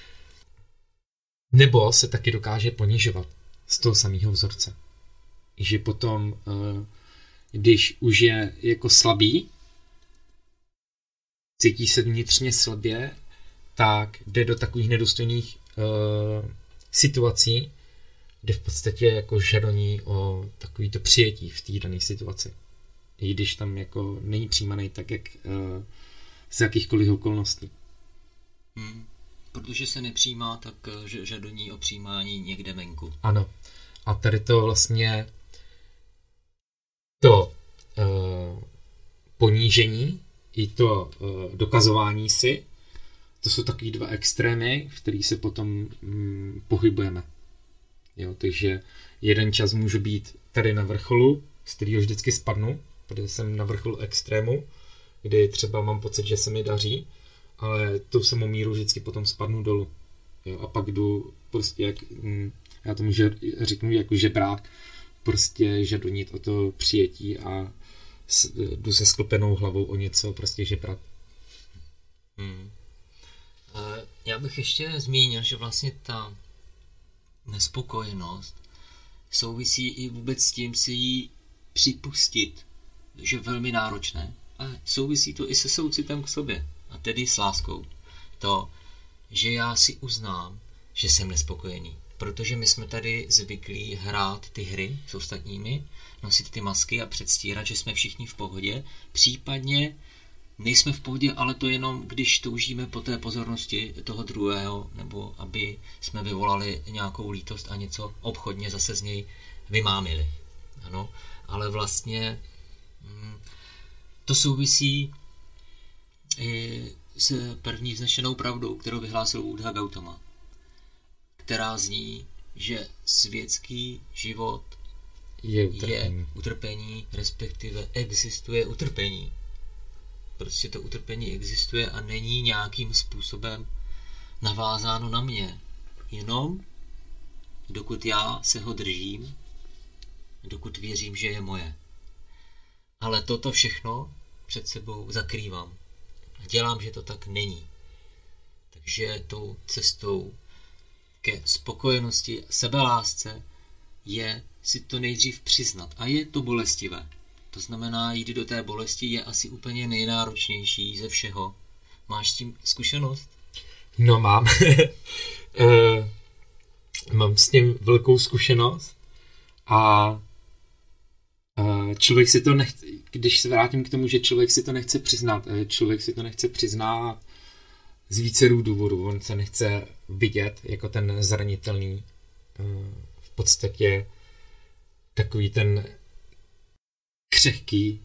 Nebo se taky dokáže ponižovat z toho samého vzorce. Že potom, když už je jako slabý, cítí se vnitřně slabě, tak jde do takových nedůstojných situací, kde v podstatě jako žadoní o takovýto přijetí v té dané situaci. I když tam jako není přijímaný tak, jak z jakýchkoliv okolností. Protože se nepřijímá, tak žadoní o přijímání někde venku. Ano. A tady to vlastně to ponížení i to dokazování si, to jsou takový dva extrémy, v kterých se potom pohybujeme. Jo, takže jeden čas můžu být tady na vrcholu, z kterého vždycky spadnu, protože jsem na vrcholu extrému, kdy třeba mám pocit, že se mi daří, ale tou samou míru vždycky potom spadnu dolů. Jo, a pak jdu prostě, jak, já tomu řeknu jako žebrák, prostě žadonit o to přijetí a jdu se sklopenou hlavou o něco prostě žebrat. Já bych ještě zmínil, že vlastně ta nespokojenost souvisí i vůbec s tím si ji připustit, že je velmi náročné. A souvisí to i se soucitem k sobě, a tedy s láskou. To, že já si uznám, že jsem nespokojený. Protože my jsme tady zvyklí hrát ty hry s ostatními, nosit ty masky a předstírat, že jsme všichni v pohodě. Případně nejsme v pohodě, ale to jenom, když toužíme po té pozornosti toho druhého, nebo aby jsme vyvolali nějakou lítost a něco obchodně zase z něj vymámili. Ano, ale vlastně to souvisí i s první vznešenou pravdou, kterou vyhlásil Buddha Gautama, která zní, že světský život je utrpení, respektive existuje utrpení. Prostě to utrpení existuje a není nějakým způsobem navázáno na mě. Jenom dokud já se ho držím, dokud věřím, že je moje. Ale toto všechno před sebou zakrývám. Dělám, že to tak není. Takže tou cestou ke spokojenosti, sebelásce je si to nejdřív přiznat. A je to bolestivé. To znamená, jít do té bolesti je asi úplně nejnáročnější ze všeho. Máš s tím zkušenost? No mám. Mám s tím velkou zkušenost a člověk si to nechce, když se vrátím k tomu, že člověk si to nechce přiznat, z vícerů důvodů. On se nechce vidět jako ten zranitelný, v podstatě takový ten křehký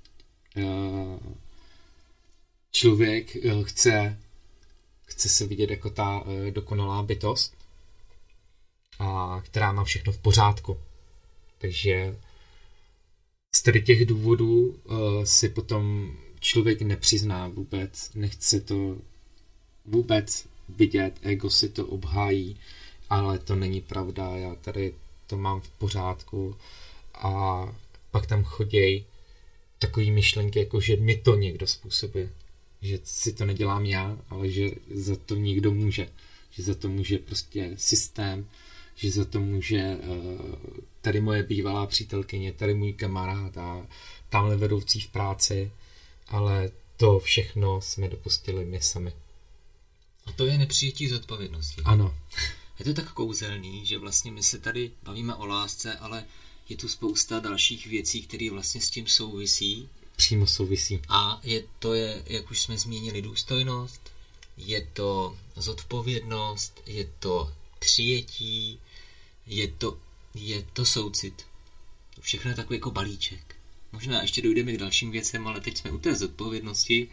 člověk, chce se vidět jako ta dokonalá bytost, a která má všechno v pořádku. Takže z tady těch důvodů si potom člověk nepřizná vůbec, nechce to vůbec vidět, ego si to obhájí, ale to není pravda, já tady to mám v pořádku, a pak tam choděj takový myšlenky, jako že mi to někdo způsobuje, že si to nedělám já, ale že za to někdo může, že za to může prostě systém, že za to může tady moje bývalá přítelkyně, tady můj kamarád a tamhle vedoucí v práci, ale to všechno jsme dopustili my sami. A to je nepřijetí zodpovědnosti. Ano. Je to tak kouzelný, že vlastně my se tady bavíme o lásce, ale je tu spousta dalších věcí, které vlastně s tím souvisí. Přímo souvisí. A to je, jak už jsme zmínili, důstojnost, je to zodpovědnost, je to přijetí, je to soucit. To všechno je takový jako balíček. Možná ještě dojdeme k dalším věcem, ale teď jsme u té zodpovědnosti.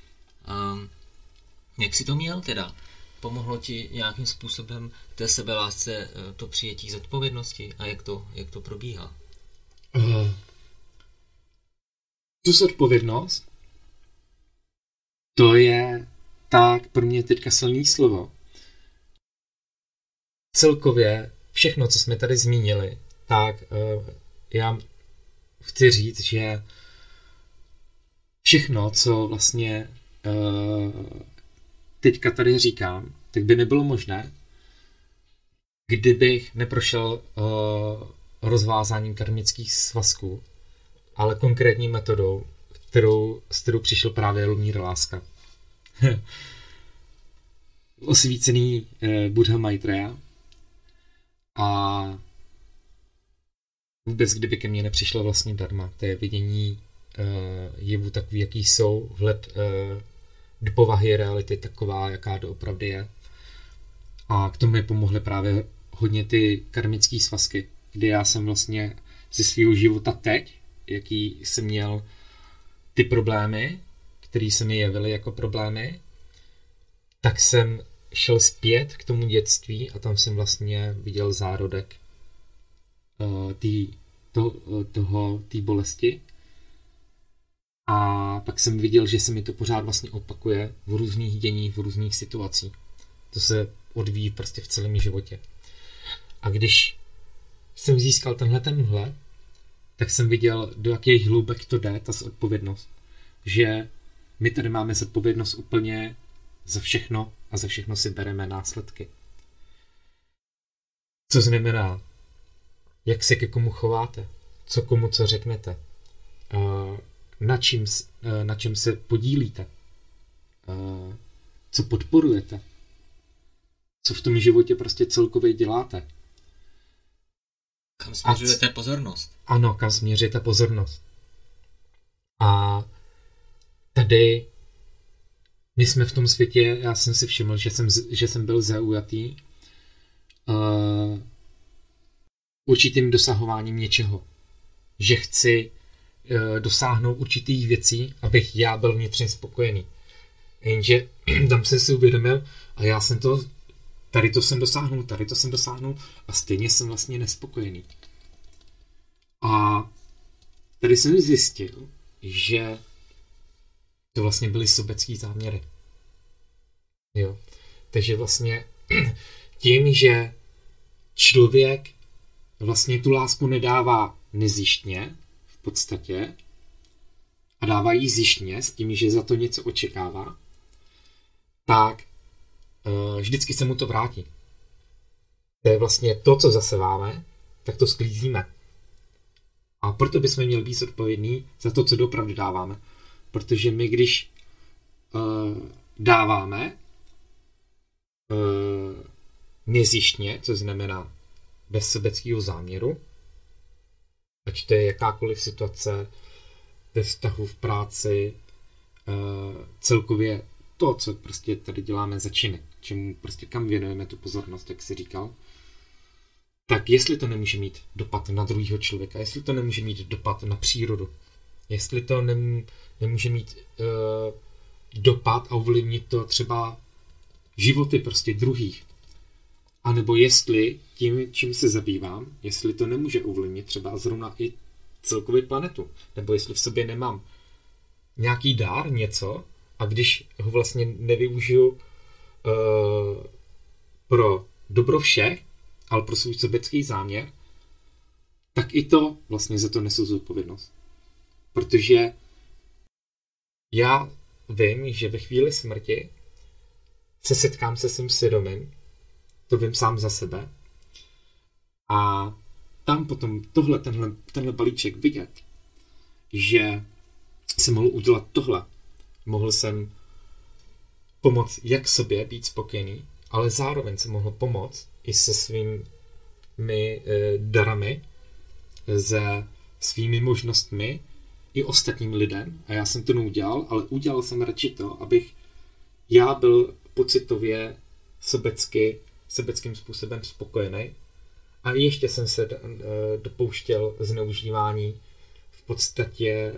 Jak jsi to měl teda? Pomohlo ti nějakým způsobem k té sebelásce to přijetí zodpovědnosti a jak to probíhá? Tu zodpovědnost, to je tak pro mě teďka silný slovo. Celkově všechno, co jsme tady zmínili, tak já chci říct, že všechno, co vlastně teďka tady říkám, tak by nebylo možné, kdybych neprošel rozvázáním karmických svazků, ale konkrétní metodou, s kterou přišel právě Lumír Láska. Osvícený Buddha Maitreya. A vůbec kdyby ke mně nepřišlo vlastně darma, to je vidění jevu takový, jaký jsou, vhled do povahy reality taková, jaká doopravdy je. A k tomu mi pomohly právě hodně ty karmické svazky, kdy já jsem vlastně ze svého života teď, jaký jsem měl ty problémy, které se mi jevily jako problémy, tak jsem šel zpět k tomu dětství a tam jsem viděl zárodek té bolesti. A pak jsem viděl, že se mi to pořád vlastně opakuje v různých děních, v různých situacích. To se odvíjí prostě v celém životě. A když jsem získal tenhle, tak jsem viděl, do jakých hloubek to jde, ta odpovědnost. Že my tady máme zodpovědnost úplně za všechno a za všechno si bereme následky. Co znamená, jak se ke komu chováte, co komu co řeknete, na čem se podílíte, co podporujete, co v tom životě prostě celkově děláte. Kam směřujete pozornost? Ano, kam směřujete pozornost. A tady my jsme v tom světě, já jsem si všiml, že jsem byl zaujatý určitým dosahováním něčeho. Že chci dosáhnout určitých věcí, abych já byl vnitřně spokojený. Jenže tam jsem si uvědomil a já jsem tady to jsem dosáhnul a stejně jsem vlastně nespokojený. A tady jsem zjistil, že to vlastně byly sobecký záměry. Jo. Takže vlastně tím, že člověk vlastně tu lásku nedává nezištně v podstatě a dává ji zištně s tím, že za to něco očekává, tak vždycky se mu to vrátí. To je vlastně to, co zaseváme, tak to sklízíme. A proto bychom měli být odpovědní za to, co doopravdy dáváme. Protože my, když dáváme nezištně, co znamená bez sobeckého záměru, ať to je jakákoliv situace ve vztahu, v práci, celkově to, co prostě tady děláme za činy, čemu prostě kam věnujeme tu pozornost, jak jsi říkal, tak jestli to nemůže mít dopad na druhého člověka, jestli to nemůže mít dopad na přírodu, jestli to nemůže mít dopad a ovlivnit to třeba životy prostě druhých, anebo jestli tím, čím se zabývám, jestli to nemůže ovlivnit třeba zrovna i celkově planetu, nebo jestli v sobě nemám nějaký dár, něco, a když ho vlastně nevyužiju pro dobro všech, ale pro svůj sobecký záměr, tak i to vlastně za to nesu zodpovědnost. Protože já vím, že ve chvíli smrti se setkám se svým svědomím, to vím sám za sebe, a tam potom tenhle balíček vidět, že jsem mohl udělat tohle, mohl jsem pomoct jak sobě být spokojený, ale zároveň jsem mohl pomoct i se svými darami, se svými možnostmi i ostatním lidem. A já jsem to neudělal, ale udělal jsem radši to, abych já byl pocitově sobeckým způsobem spokojený. A ještě jsem se dopouštěl zneužívání v podstatě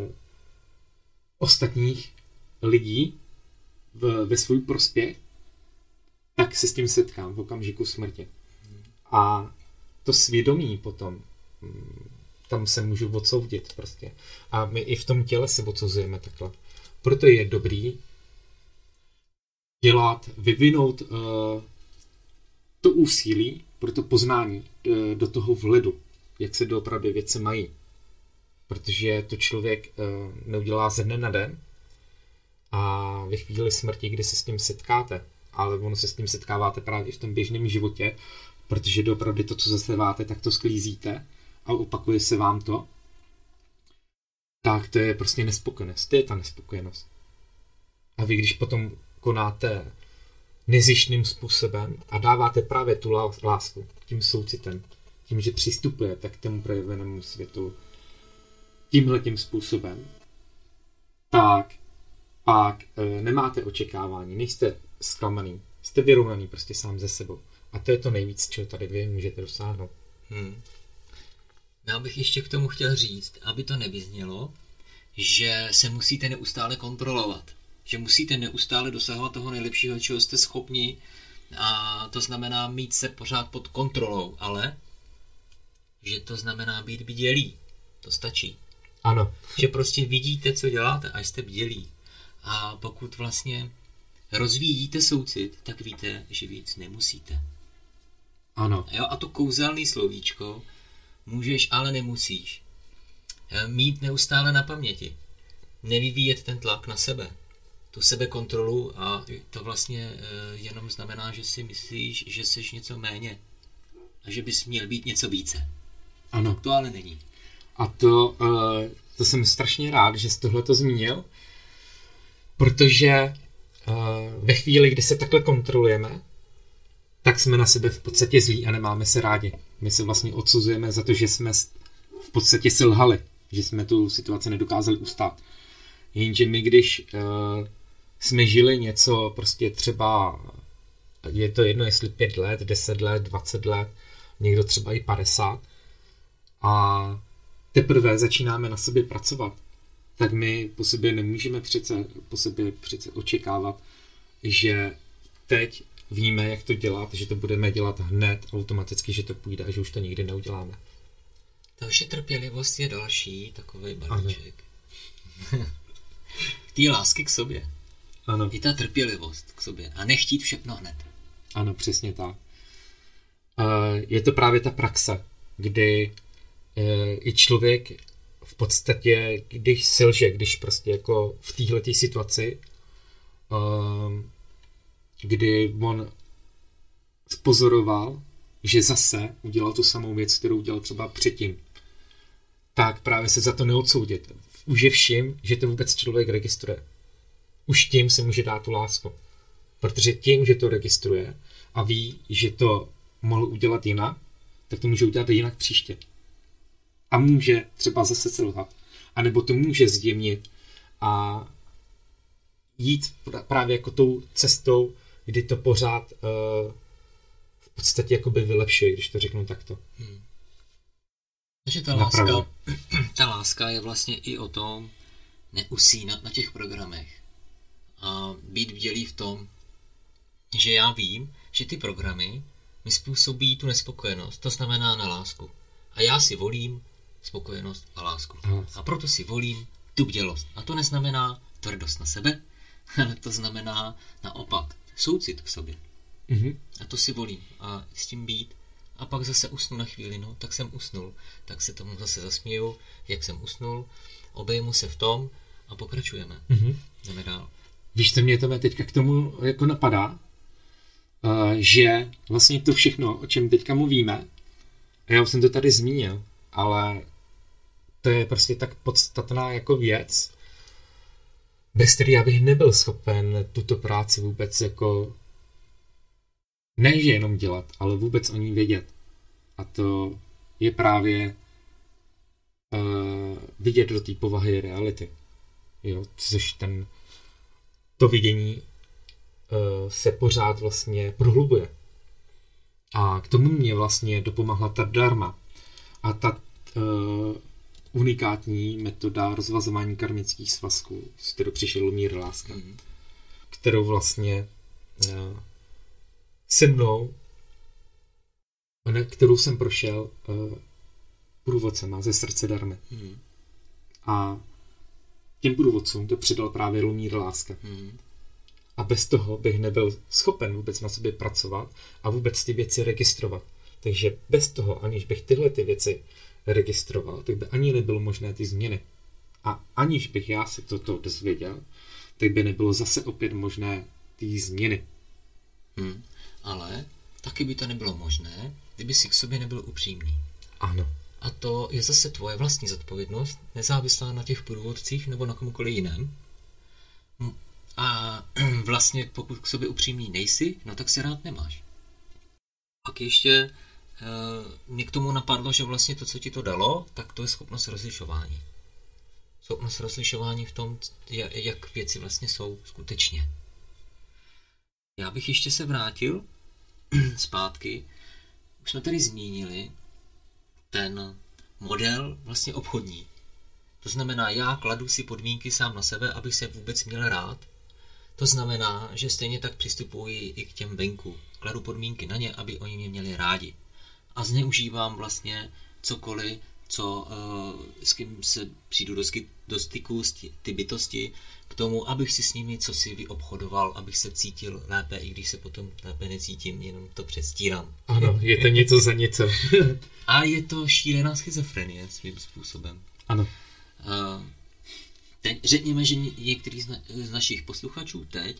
ostatních lidí ve svůj prospěch, tak se s tím setkám v okamžiku smrti. A to svědomí potom, tam se můžu odsoudit prostě. A my i v tom těle se odsouzujeme takhle. Proto je dobrý vyvinout to úsilí pro to poznání do toho vhledu, jak se doopravdy věci mají. Protože to člověk neudělá ze dne na den a ve chvíli smrti, kdy se s tím setkáte, ale ono se s tím setkáváte právě v tom běžném životě, protože doopravdy to, co zaseváte, tak to sklízíte a opakuje se vám to, tak to je prostě nespokojenost. To je ta nespokojenost. A vy, když potom konáte nezištným způsobem a dáváte právě tu lásku tím soucitem, tím, že přistupujete k tomu projevenému světu tímhletím způsobem, tak pak nemáte očekávání, nejste zklamaný, jste vyrovnaný prostě sám ze sebou. A to je to nejvíc, čeho tady vy můžete dosáhnout. Já bych ještě k tomu chtěl říct, aby to nevyznělo, že se musíte neustále kontrolovat. Že musíte neustále dosahovat toho nejlepšího, čeho jste schopni, a to znamená mít se pořád pod kontrolou, ale že to znamená být bdělý. To stačí. Ano. Že prostě vidíte, co děláte a jste bdělí. A pokud vlastně rozvíjíte soucit, tak víte, že víc nemusíte. Ano. Jo, a to kouzelný slovíčko můžeš, ale nemusíš. Mít neustále na paměti. Nevyvíjet ten tlak na sebe. Tu sebekontrolu, a to vlastně jenom znamená, že si myslíš, že jsi něco méně. A že bys měl být něco více. Ano. To ale není. A to jsem strašně rád, že jsi tohleto zmínil, protože ve chvíli, kdy se takhle kontrolujeme, tak jsme na sebe v podstatě zlí a nemáme se rádi. My se vlastně odsuzujeme za to, že jsme v podstatě selhali, že jsme tu situaci nedokázali ustát. Jenže my, když jsme žili něco prostě třeba, je to jedno, jestli 5 let, 10 let, 20 let, někdo třeba i 50, a teprve začínáme na sobě pracovat, tak my po sobě nemůžeme přece očekávat, že teď víme, jak to dělat, že to budeme dělat hned automaticky, že to půjde a že už to nikdy neuděláme. Takže trpělivost je další takovej balíček. Té lásky k sobě. Ano. I ta trpělivost k sobě. A nechtít všechno hned. Ano, přesně tak. Je to právě ta praxe, kdy i člověk v podstatě, když selže, když prostě jako v téhletý situaci, kdy on spozoroval, že zase udělal tu samou věc, kterou udělal třeba předtím, tak právě se za to neodsoudit. Už je všim, že to vůbec člověk registruje. Už tím se může dát tu lásku. Protože tím, že to registruje a ví, že to mohl udělat jinak, tak to může udělat jinak příště. A může třeba zase selhat. A nebo to může zjemnit a jít právě jako tou cestou, kdy to pořád v podstatě jakoby vylepšuje, když to řeknu takto. Takže ta láska je vlastně i o tom neusínat na těch programech a být bdělý v tom, že já vím, že ty programy mi způsobí tu nespokojenost, to znamená na lásku. A já si volím spokojenost a lásku. A proto si volím tu bdělost. A to neznamená tvrdost na sebe, ale to znamená naopak soucit k sobě. Mm-hmm. A to si volím a s tím být. A pak zase usnu na chvíli, no, tak jsem usnul. Tak se tomu zase zasměju, jak jsem usnul, obejmu se v tom a pokračujeme. Mm-hmm. Jdeme dál. Víš, co mě to teďka k tomu jako napadá? Že vlastně to všechno, o čem teďka mluvíme, a já už jsem to tady zmínil, ale to je prostě tak podstatná jako věc, bez které já bych nebyl schopen tuto práci vůbec jako ne, že jenom dělat, ale vůbec o ní vědět. A to je právě vidět do té povahy reality. Jo, což to vidění se pořád vlastně prohlubuje. A k tomu mě vlastně dopomohla ta dharma. A ta unikátní metoda rozvazování karmických svazků, z kterou přišel Lumír Láska, kterou vlastně se mnou, kterou jsem prošel průvodcema ze srdce dharmy. A těm průvodcům to předal právě Lumír Láska. A bez toho bych nebyl schopen vůbec na sobě pracovat a vůbec ty věci registrovat. Takže bez toho, aniž bych tyhle ty věci registroval, tak by ani nebylo možné ty změny. A aniž bych já se toto dozvěděl, tak by nebylo zase opět možné ty změny. Ale taky by to nebylo možné, kdyby si k sobě nebyl upřímný. Ano. A to je zase tvoje vlastní zodpovědnost, nezávislá na těch průvodcích nebo na komukoliv jiném. A vlastně pokud k sobě upřímný nejsi, no tak se rád nemáš. Pak ještě mě k tomu napadlo, že vlastně to, co ti to dalo, tak to je schopnost rozlišování. Schopnost rozlišování v tom, jak věci vlastně jsou skutečně. Já bych ještě se vrátil zpátky. Už jsme tady zmínili ten model vlastně obchodní. To znamená, já kladu si podmínky sám na sebe, abych se vůbec měl rád. To znamená, že stejně tak přistupuji i k těm venku. Kladu podmínky na ně, aby oni mě měli rádi. A zneužívám vlastně cokoliv, s kým se přijdu do styku, ty bytosti, k tomu, abych si s nimi cosi vyobchodoval, abych se cítil lépe, i když se potom lépe necítím, jenom to předstírám. Ano, je to něco za něco. A je to šílená schizofrenie svým způsobem. Ano. Teď řekněme, že některý z našich posluchačů teď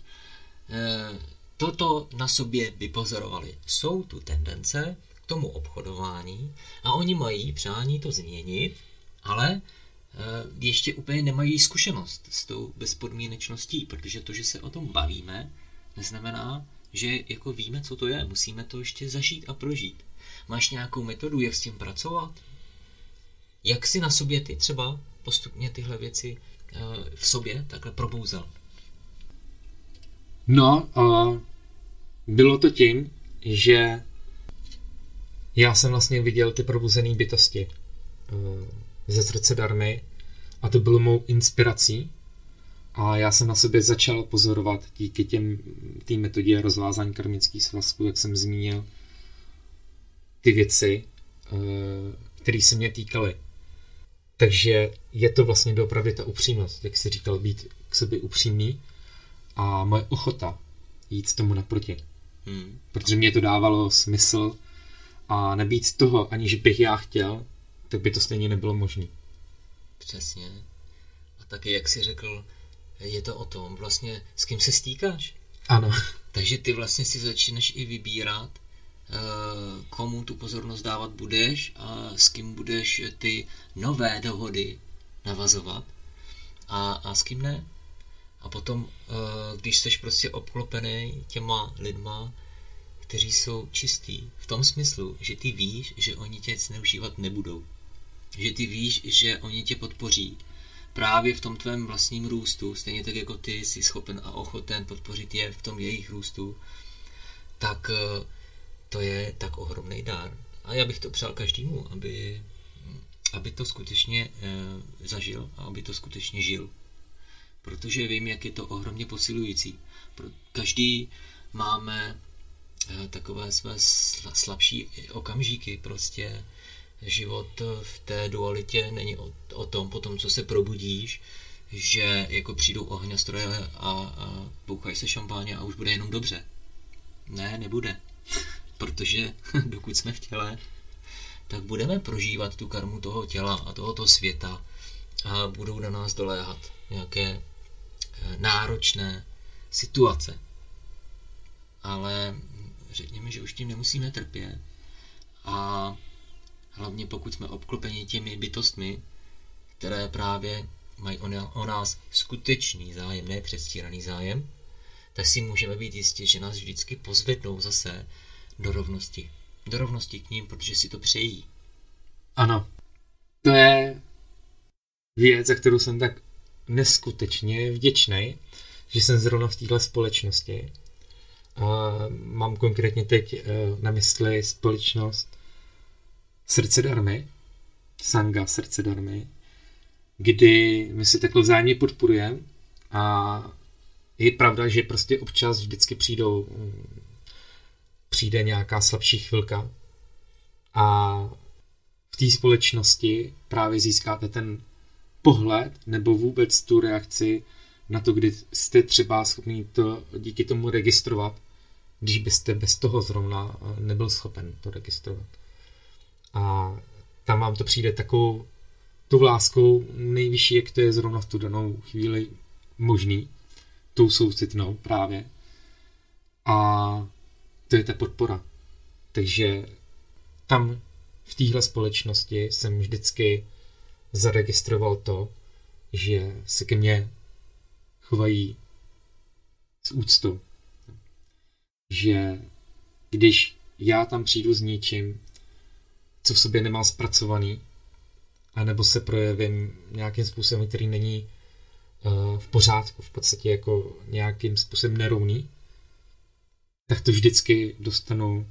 toto na sobě vypozorovali. Jsou tu tendence k tomu obchodování a oni mají přání to změnit, ale ještě úplně nemají zkušenost s tou bezpodmínečností, protože to, že se o tom bavíme, neznamená, že jako víme, co to je. Musíme to ještě zažít a prožít. Máš nějakou metodu, jak s tím pracovat? Jak si na sobě ty třeba postupně tyhle věci v sobě takhle probouzel? No, bylo to tím, že já jsem vlastně viděl ty probuzené bytosti ze srdce Dharmy a to bylo mou inspirací a já jsem na sobě začal pozorovat díky té metodě rozvázání karmických svazků, jak jsem zmínil, ty věci, které se mě týkaly. Takže je to vlastně doopravdy ta upřímnost, jak jsi říkal, být k sobě upřímný a moje ochota jít tomu naproti. Protože mě to dávalo smysl a nebýt toho, aniž bych já chtěl, tak by to stejně nebylo možné. Přesně. A taky, jak jsi řekl, je to o tom vlastně, s kým se stýkáš. Ano. Takže ty vlastně si začneš i vybírat, komu tu pozornost dávat budeš a s kým budeš ty nové dohody navazovat a s kým ne. A potom, když jsi prostě obklopený těma lidma, kteří jsou čistý, v tom smyslu, že ty víš, že oni tě zneužívat nebudou. Že ty víš, že oni tě podpoří právě v tom tvém vlastním růstu, stejně tak jako ty jsi schopen a ochoten podpořit je v tom jejich růstu, tak to je tak ohromný dár. A já bych to přál každému, aby to skutečně zažil a aby to skutečně žil. Protože vím, jak je to ohromně posilující. Každý máme takové své slabší okamžiky. Prostě život v té dualitě není o tom, potom co se probudíš, že jako přijdou ohňostroje a bouchají se šampáně a už bude jenom dobře. Ne, nebude. Protože dokud jsme v těle, tak budeme prožívat tu karmu toho těla a tohoto světa a budou na nás doléhat nějaké náročné situace. Ale řekněme, že už tím nemusíme trpět. A hlavně pokud jsme obklopeni těmi bytostmi, které právě mají o nás skutečný zájem, ne předstíraný zájem, tak si můžeme být jistí, že nás vždycky pozvednou zase do rovnosti. Do rovnosti k ním, protože si to přejí. Ano. To je věc, za kterou jsem tak neskutečně vděčný, že jsem zrovna v téhle společnosti. Mám konkrétně teď na mysli společnost Srdce Dharmy, Sangha Srdce Dharmy, kdy my si takhle vzájemně podporujeme a je pravda, že prostě občas vždycky přijde nějaká slabší chvilka a v té společnosti právě získáte ten pohled nebo vůbec tu reakci na to, kdy jste třeba schopni to díky tomu registrovat, když byste bez toho zrovna nebyl schopen to registrovat. A tam vám to přijde takovou tou láskou nejvyšší, jak to je zrovna v tu danou chvíli možný, tou soucitnou právě. A to je ta podpora. Takže tam v téhle společnosti jsem vždycky zaregistroval to, že se ke mně chovají s úctou. Že když já tam přijdu s něčím, co v sobě nemám zpracovaný, anebo se projevím nějakým způsobem, který není v pořádku, v podstatě jako nějakým způsobem nerovný, tak to vždycky dostanu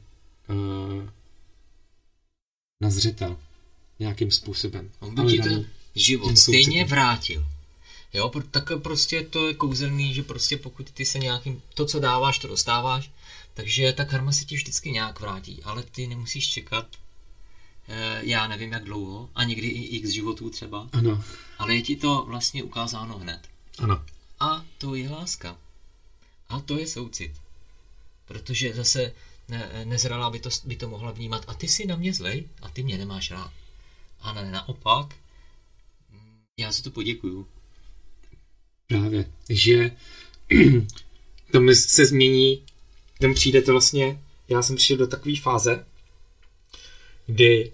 na zřetel nějakým způsobem. On by ti ten život stejně vrátil. Jo, tak prostě to je kouzelný, že prostě pokud ty se nějakým, to, co dáváš, to dostáváš, takže ta karma se ti vždycky nějak vrátí, ale ty nemusíš čekat, já nevím jak dlouho, a někdy i x životů třeba, ano. Ale je ti to vlastně ukázáno hned. Ano. A to je láska. A to je soucit. Protože zase nezralá by to mohla vnímat, a ty si na mě zlej, a ty mě nemáš rád. A ne, naopak, já si to poděkuju. Právě, že tam se změní, tam přijde to vlastně, já jsem přišel do takové fáze, kdy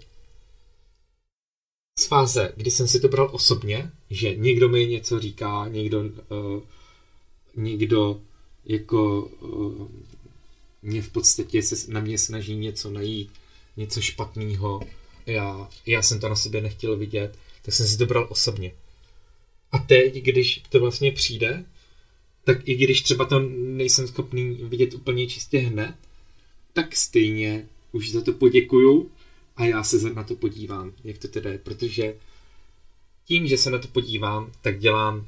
kdy jsem si to bral osobně, že někdo mi něco říká, někdo jako mě v podstatě se na mě snaží něco najít, něco špatného, já jsem to na sobě nechtěl vidět, tak jsem si to bral osobně. A teď, když to vlastně přijde, tak i když třeba to nejsem schopný vidět úplně čistě hned, tak stejně už za to poděkuju a já se na to podívám, jak to teda je, protože tím, že se na to podívám, tak dělám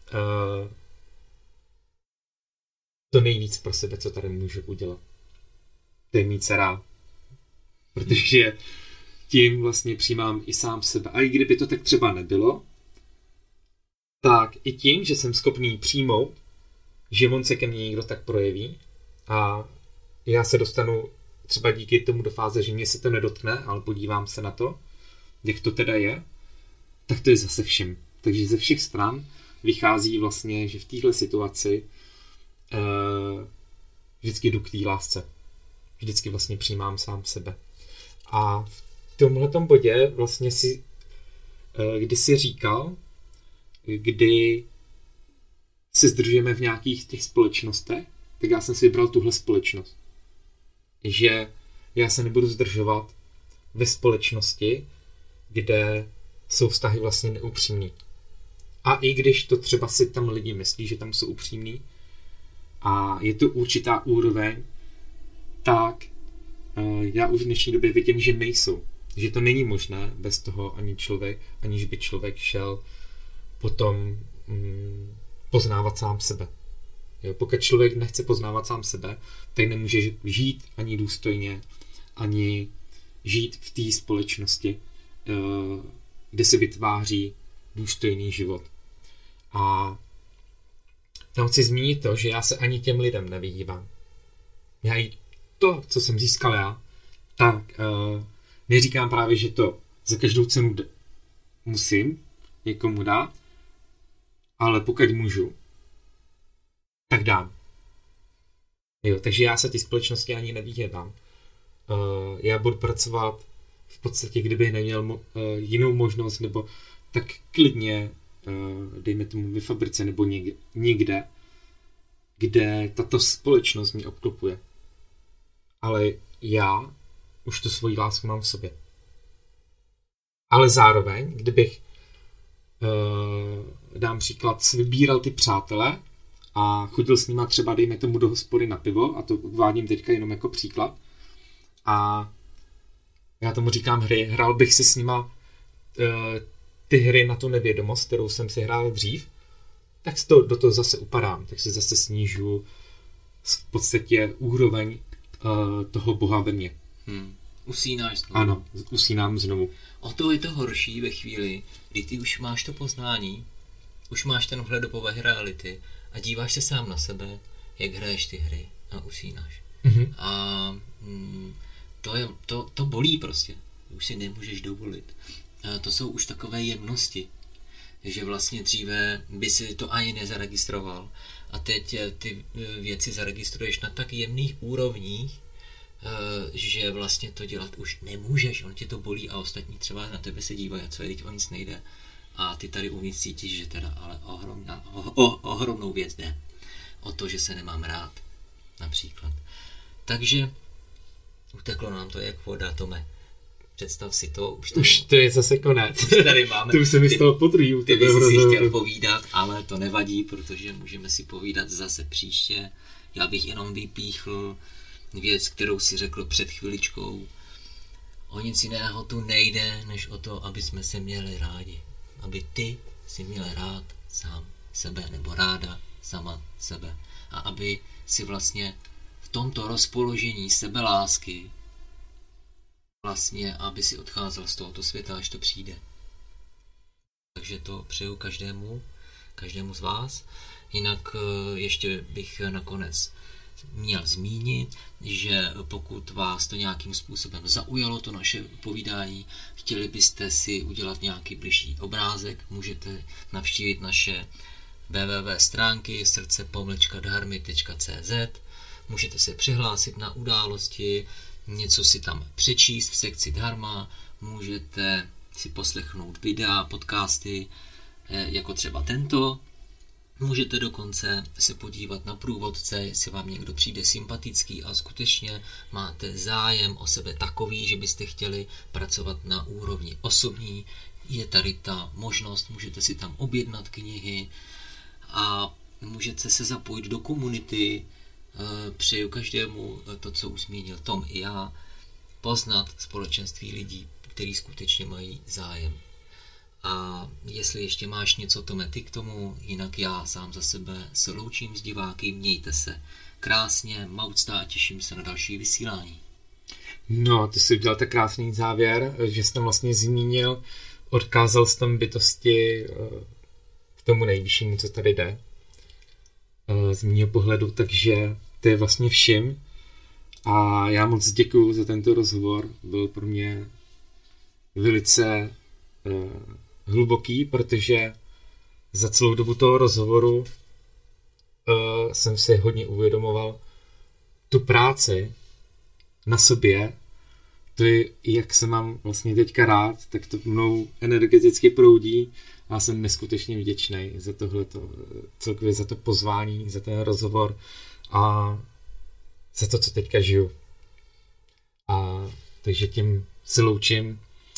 to nejvíc pro sebe, co tady můžu udělat. To je mít se rád. Protože tím vlastně přijímám i sám sebe. A i kdyby to tak třeba nebylo, tak i tím, že jsem schopný přijmout, že on se ke mně někdo tak projeví a já se dostanu třeba díky tomu do fáze, že mě se to nedotkne, ale podívám se na to, jak to teda je, tak to je zase všem. Takže ze všech stran vychází vlastně, že v téhle situaci vždycky jdu k té lásce. Vždycky vlastně přijímám sám sebe. A v tomhletom bodě vlastně když si říkal, kdy se združujeme v nějakých těch společnostech, tak já jsem si vybral tuhle společnost. Že já se nebudu zdržovat ve společnosti, kde jsou vztahy vlastně neupřímný. A i když to třeba si tam lidi myslí, že tam jsou upřímný a je to určitá úroveň, tak já už v dnešní době vidím, že nejsou. Že to není možné bez toho aniž by člověk šel potom poznávat sám sebe. Jo, pokud člověk nechce poznávat sám sebe, tak nemůže žít ani důstojně, ani žít v té společnosti, kde se vytváří důstojný život. A tam chci zmínit to, že já se ani těm lidem nevyhýbám. Já i to, co jsem získal já, tak neříkám právě, že to za každou cenu musím někomu dát, ale pokud můžu, tak dám. Jo, takže já se té společnosti ani nevyhýbám. Já budu pracovat v podstatě, kdyby neměl jinou možnost, nebo tak klidně, dejme tomu ve fabrice nebo někde, kde tato společnost mě obklopuje. Ale já už tu svoji lásku mám v sobě. Ale zároveň, kdybych dám příklad, vybíral ty přátele a chodil s nima třeba, dejme tomu, do hospody na pivo, a to uvádím teďka jenom jako příklad, a já tomu říkám hry, hrál bych si s nima ty hry na tu nevědomost, kterou jsem si hrál dřív, tak do toho zase upadám, tak si zase snížu v podstatě úroveň toho Boha ve mně. Usínáš znovu. Ano, usínám znovu. O to je to horší ve chvíli, kdy ty už máš to poznání, už máš ten vhled do povahy reality a díváš se sám na sebe, jak hraješ ty hry a usínáš. A to bolí prostě. Už si nemůžeš dovolit. To jsou už takové jemnosti, že vlastně dříve by si to ani nezaregistroval a teď ty věci zaregistruješ na tak jemných úrovních, že vlastně to dělat už nemůžeš, on tě to bolí a ostatní třeba na tebe se dívají, co je, teď o nic nejde a ty tady uvnitř cítíš, že teda ale ohromnou věc jde. O to, že se nemám rád, například. Takže uteklo nám to jak voda, Tome. Představ si to. Už to je zase konec. Už tady máme. To už se mi stalo podruhý. Ty bys si chtěl povídat, ale to nevadí, protože můžeme si povídat zase příště. Já bych jenom vypíchl věc, kterou si řekl před chviličkou. O nic jiného tu nejde, než o to, aby jsme se měli rádi. Aby ty si měl rád sám sebe, nebo ráda sama sebe. A aby si vlastně v tomto rozpoložení sebelásky vlastně, aby si odcházel z tohoto světa, až to přijde. Takže to přeju každému z vás. Jinak ještě bych nakonec měl zmínit, že pokud vás to nějakým způsobem zaujalo, to naše povídání, chtěli byste si udělat nějaký bližší obrázek, můžete navštívit naše www stránky srdce-dharmy.cz, můžete se přihlásit na události, něco si tam přečíst v sekci Dharma, můžete si poslechnout videa, podcasty, jako třeba tento. Můžete dokonce se podívat na průvodce, jestli vám někdo přijde sympatický a skutečně máte zájem o sebe takový, že byste chtěli pracovat na úrovni osobní. Je tady ta možnost, můžete si tam objednat knihy a můžete se zapojit do komunity. Přeju každému to, co už zmínil Tom i já, poznat společenství lidí, kteří skutečně mají zájem. A jestli ještě máš něco, Tome, ty k tomu, jinak já sám za sebe se loučím s diváky, mějte se krásně, maucta a těším se na další vysílání. No, ty jsi udělal tak krásný závěr, že jsi tam vlastně zmínil, odkázal jsi tam bytosti k tomu nejvyššímu, co tady jde, z mýho pohledu, takže to je vlastně všim. A já moc děkuju za tento rozhovor, byl pro mě velice hluboký, protože za celou dobu toho rozhovoru jsem si hodně uvědomoval tu práci na sobě, to je, jak se mám vlastně teďka rád, tak to mnou energeticky proudí a jsem neskutečně vděčný za tohleto, celkově za to pozvání, za ten rozhovor a za to, co teďka žiju. A takže tím se loučím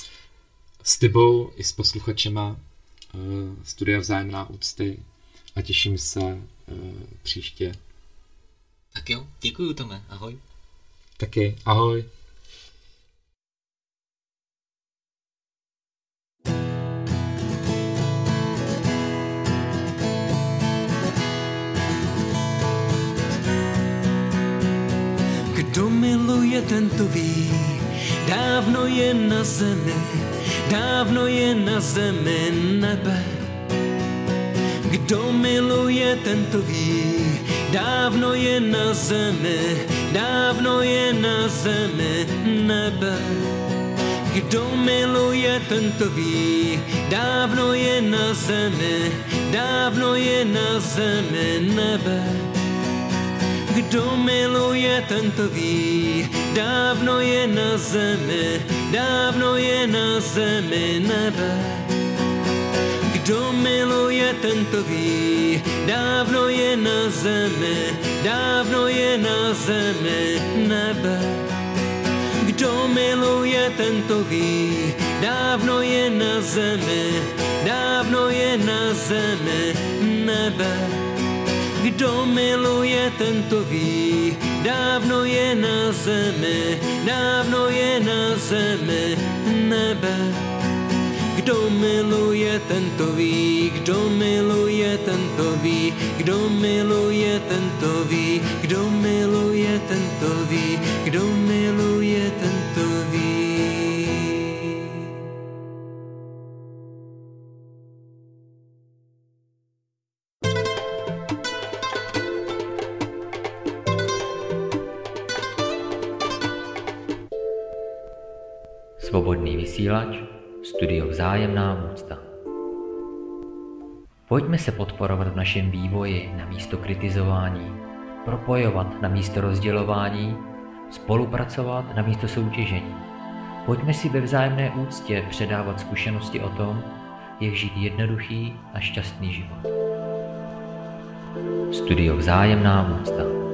s tebou i s posluchačema Studia Vzájemná úcty a těším se příště. Tak jo, děkuju, Tome, ahoj. Taky, ahoj. Kdo miluje, tento ví, dávno je na zemi, dávno je na zemi nebe. Kdo miluje, tento ví, dávno je na zemi, dávno je na zemi nebe. Kdo miluje, tento ví, dávno je na zemi, dávno je na zemi nebe. Kdo miluje, tento ví, dávno je na zemi, dávno je na zemi nebe. Kdo miluje, tento ví, dávno je na zemi, dávno je na zemi nebe. Kdo miluje, tento ví, dávno je na zemi, dávno je na zemi nebe. Kdo miluje, tento ví, dávno je na zemi, dávno je na zemi nebe. Kdo miluje, tento ví, kdo miluje, tento ví, kdo miluje, tento ví, kdo miluje, tento ví, kdo miluje, tento ví. Svobodný vysílač, studio Vzájemná úcta. Pojďme se podporovat v našem vývoji na místo kritizování, propojovat na místo rozdělování, spolupracovat na místo soutěžení. Pojďme si ve vzájemné úctě předávat zkušenosti o tom, jak žít jednoduchý a šťastný život. Studio Vzájemná úcta.